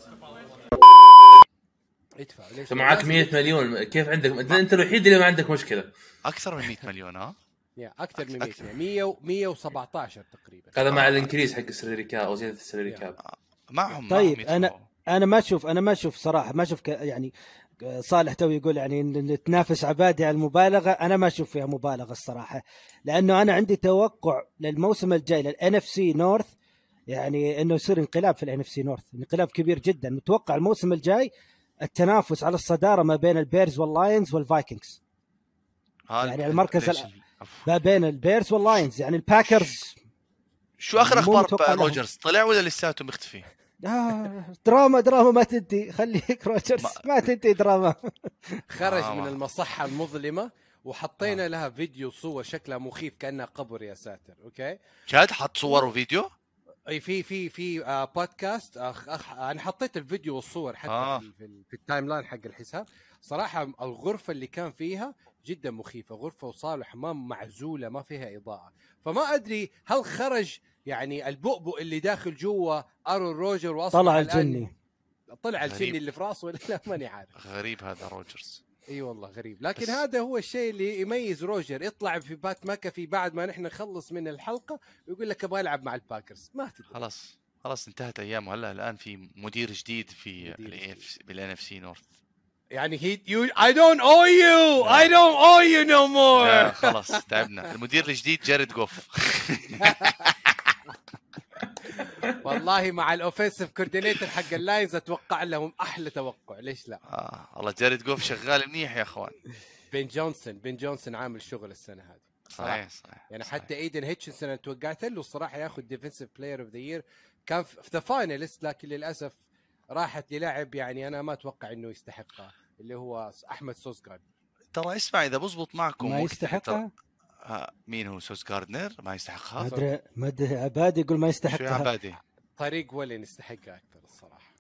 انت معك 100 مليون كيف عندك؟ انت الوحيد اللي ما عندك مشكله. اكثر من 100 مليون اكثر من 100 117 تقريبا. هذا مع الانكريز حق السلري كاب او زياده السلري كاب معهم. طيب انا ما اشوف صراحه، ما اشوف يعني صالح تو يقول يعني نتنافس عبادي على المبالغه. انا ما اشوف فيها مبالغه الصراحه، لانه انا عندي توقع للموسم الجاي للان اف سي نورث، يعني انه يصير انقلاب في الان اف سي نورث، انقلاب كبير جدا. متوقع الموسم الجاي التنافس على الصداره ما بين البيرز واللاينز والفايكنجز. يعني المركز ما بين البيرز واللاينز. يعني الباكرز شو اخر اخبار روجرز؟ طلع ولا لساته مختفي؟ دراما ما تنتهي، خليك روجرز ما تنتهي دراما. خرج من المصحة المظلمة وحطينا لها فيديو صور شكلها مخيف كأنها قبر يا ساتر. اوكي جاد حط صور وفيديو؟ اي في بودكاست انا حطيت الفيديو والصور حتى في التايم لاين حق الحساب. صراحة الغرفة اللي كان فيها جدا مخيفة، غرفة وصالة حمام معزولة ما فيها إضاءة. فما أدري هل خرج يعني البؤبؤ اللي داخل جوا أرون روجر وأصبح طلع الجني، طلع الجني اللي في راسه ولا لا ماني عارف. غريب هذا روجرز. اي والله غريب، لكن هذا هو الشيء اللي يميز روجر. يطلع في بات ماكافي بعد ما نحن نخلص من الحلقة ويقول لك ابغى العب مع الباكرز. ما تدري خلاص انتهت ايامه. هلا الان في مدير جديد في بالان اف سي نورث. يعني I don't owe you I don't owe you no more. خلاص تعبنا. المدير الجديد جاريد جوف. والله مع الاوفنسيف كوردينيتور حق اللاينز اتوقع لهم احلى توقع. ليش لا؟ والله جاريد جوف شغال منيح يا اخوان. بين جونسون عامل شغل السنه هذه صحيح. يعني صحيح. حتى ايدن هيتشنسون انا توقعت له الصراحه ياخذ ديفنسيف بلاير اوف ذا يير، كان في ذا فاينلست، لكن للاسف راحت للاعب يعني انا ما اتوقع انه يستحقها، اللي هو احمد سوسغارد. ترى اسمع اذا بزبط معكم ما يستحقها. مين هو سوسغاردنر؟ ما يستحقها. ما ادري عبادي يقول ما يستحقها. شو عبادي؟ طريق ولين يستحقها اكثر الصراحه.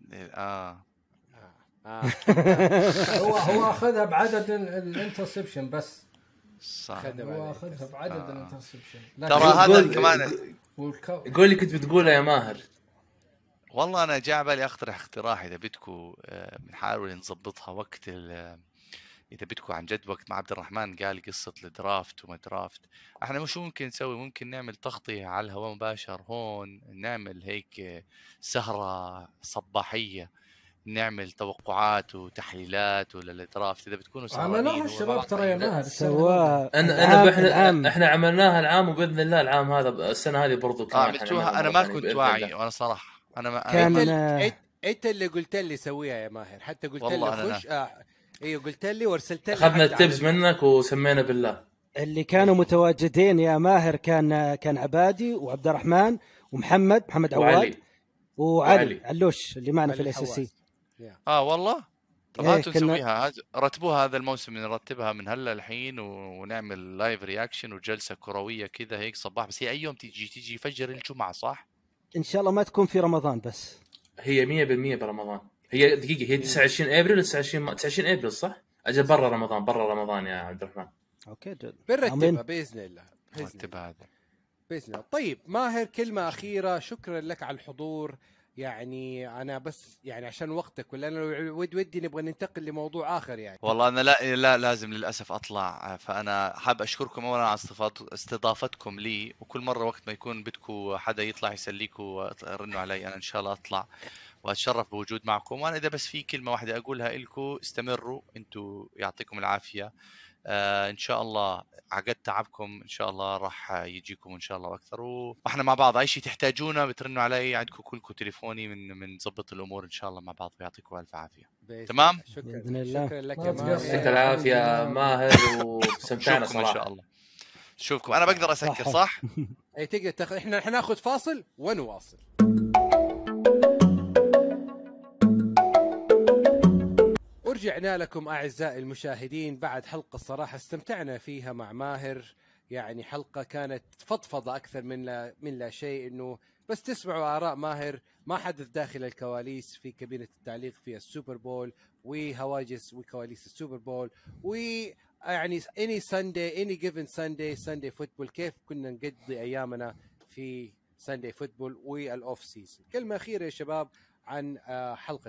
هو اخذها بعدد الانترسبشن بس. صح هو اخذها بعدد الانترسبشن. ترى هذا كمان قول لي كنت بتقولها يا ماهر. والله انا جاء بالي اقترح اقتراح اذا بدكم بنحاول نظبطها وقت اذا بدكم عن جد وقت ما عبد الرحمن قال قصه الدرافت وما درافت. احنا مش ممكن نسوي، ممكن نعمل تغطيه على الهواء مباشر هون، نعمل هيك سهره صباحيه، نعمل توقعات وتحليلات ولا الدرافت اذا بتكونوا سهرانين. عملوها الشباب ترى يا ماهر سواها. احنا عملناها العام، وباذن الله العام هذا السنه هذه برضو كمان انا ما كنت واعي وانا صراحه انت اللي قلت لي سويها يا ماهر، حتى قلت لي خش ايوه قلت لي وارسلت لي، اخذنا التبز منك وسمينا بالله. اللي كانوا متواجدين يا ماهر كان عبادي وعبد الرحمن ومحمد عواد وعلي علوش اللي معنا في الاس اس سي. والله طب نسويها رتبوها هذا الموسم، نرتبها من هلا الحين ونعمل لايف رياكشن وجلسه كرويه كذا هيك صباح. بس هي اي يوم تيجي فجر الجمعه صح؟ ان شاء الله ما تكون في رمضان، بس هي 100% برمضان. هي دقيقه هي 29 ابريل 29 ابريل صح؟ اجل برا رمضان يا عبد الرحمن. اوكي جد بنرتبها باذن الله. نرتبها هذا باذن الله. طيب ماهر كلمه اخيره، شكرا لك على الحضور. يعني انا بس يعني عشان وقتك، ولا انا ودي نبغى ننتقل لموضوع اخر يعني. والله انا لا لازم للاسف اطلع. فانا حاب اشكركم اولا على استضافتكم لي، وكل مره وقت ما يكون بدكم حدا يطلع يسليكم رنوا علي، انا ان شاء الله اطلع واتشرف بوجود معكم. وانا اذا بس في كلمه واحده اقولها لكم، استمروا انتم، يعطيكم العافيه. ان شاء الله عقد تعبكم ان شاء الله راح يجيكم ان شاء الله واكثر، واحنا مع بعض اي شيء تحتاجونه بترنوا علي، عندكم كلكم تليفوني من نظبط الامور ان شاء الله مع بعض، ويعطيكم الف عافيه. تمام شكرا لك يا ماهر، يعطيك العافيه ماهر، واستمتعنا صراحه ان شاء الله. شوفكم انا بقدر اسكر صح؟ اي تقدر تاخذ. احنا ناخذ فاصل ونواصل. ورجعنا لكم أعزائي المشاهدين بعد حلقة الصراحة استمتعنا فيها مع ماهر. يعني حلقة كانت فضفضة أكثر من لا شيء، إنه بس تسمعوا آراء ماهر ما حدث داخل الكواليس في كابينة التعليق في السوبر بول وهواجس وكواليس السوبر بول، ويعني any given Sunday فوتبول، كيف كنا نقضي أيامنا في Sunday فوتبول والأوف سيزن. كلمة أخيرة يا شباب عن حلقة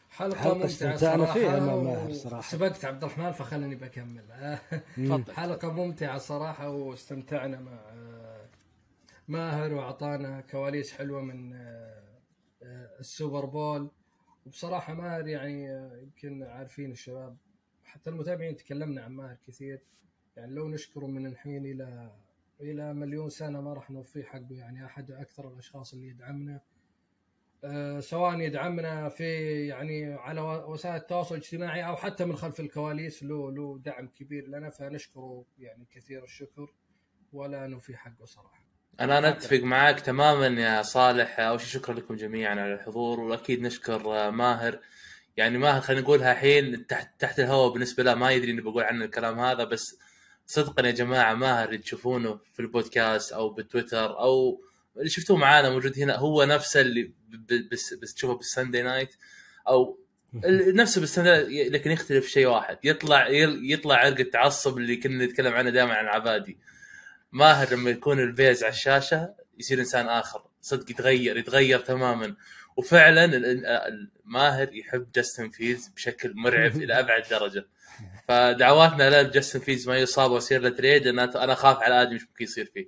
ممتعة صراحة. سبقت عبد الرحمن فخلني بكمل. حلقة ممتعة صراحة، واستمتعنا مع ماهر وعطانا كواليس حلوة من السوبر بول. وبصراحة ماهر يعني يمكن عارفين الشباب حتى المتابعين تكلمنا عن ماهر كثير، يعني لو نشكره من الحين إلى مليون سنة ما راح نوفي حقه. يعني أحد أكثر الأشخاص اللي يدعمنا، سواء يدعمنا في يعني على وسائل التواصل الاجتماعي أو حتى من خلف الكواليس، له دعم كبير لنا، فنشكره يعني كثير الشكر ولا نوفي حقه صراحة. انا نتفق معاك تماما يا صالح. اول شيء شكرا لكم جميعا على الحضور، واكيد نشكر ماهر. يعني ماهر خلينا نقولها الحين تحت الهواء، بالنسبه له ما يدري اني بقول عنه الكلام هذا، بس صدقا يا جماعه ماهر تشوفونه في البودكاست او بالتويتر او اللي شفتوه معانا موجود هنا، هو نفسه اللي بس تشوفه بالساندي نايت او نفسه بالساندي، لكن يختلف شيء واحد، يطلع عرق التعصب اللي كنا نتكلم عنه دائما عن عبادي. ماهر لما يكون الفيز على الشاشه يصير انسان اخر، صدق يتغير تماما. وفعلا ماهر يحب جاستن فيلدز بشكل مرعب الى ابعد درجه. فدعواتنا له جاستن فيلدز ما يصاب ويصير له تريد، انا خاف على ادم ايش ممكن يصير فيه.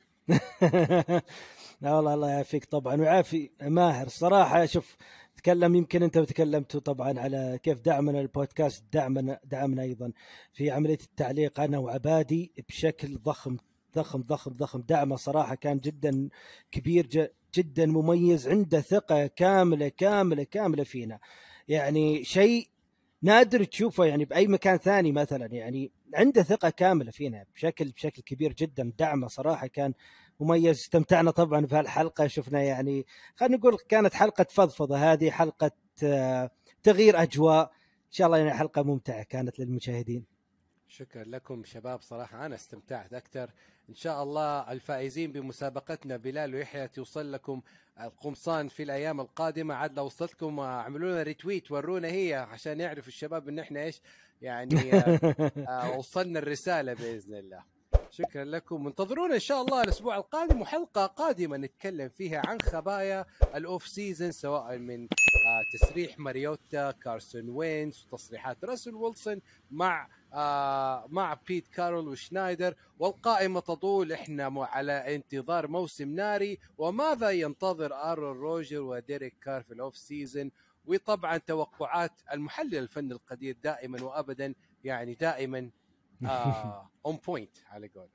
لا والله الله يعافيك طبعا ويعافي ماهر صراحه. شوف تكلم، يمكن انت تكلمتوا طبعا على كيف دعمنا البودكاست، دعمنا ايضا في عمليه التعليق انا وعبادي بشكل ضخم. دعمه صراحه كان جدا كبير، جدا مميز، عنده ثقه كامله فينا، يعني شيء نادر تشوفه يعني باي مكان ثاني مثلا، يعني عنده ثقه كامله فينا بشكل كبير جدا. دعمه صراحه كان مميز. استمتعنا طبعا بهالحلقه، شفنا يعني خلينا نقول كانت حلقه فضفضه، هذه حلقه تغيير اجواء ان شاء الله، يعني حلقه ممتعه كانت للمشاهدين. شكرا لكم شباب، صراحه انا استمتعت اكثر. ان شاء الله الفائزين بمسابقتنا بلال ويحيى توصل لكم القمصان في الايام القادمه. عاد لو وصلتكم اعملوا لنا ريتويت ورونا هي عشان يعرف الشباب ان احنا ايش يعني وصلنا الرساله باذن الله. شكرا لكم، انتظرونا ان شاء الله الاسبوع القادم وحلقه قادمه نتكلم فيها عن خبايا الاوف سيزون، سواء من تسريح ماريوتا، كارسون وينز، وتصريحات راسل ويلسون مع بيت كارول وشنايدر، والقائمه تطول. احنا على انتظار موسم ناري، وماذا ينتظر ارون روجر وديريك كار في الاوف سيزون، وطبعا توقعات المحلل الفني القدير دائما وابدا، يعني دائما اون بوينت على قوله.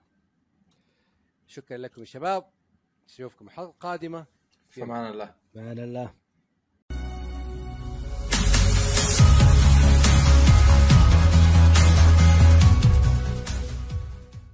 شكرا لكم يا شباب، نشوفكم الحلقه القادمه. في امان الله. امان الله.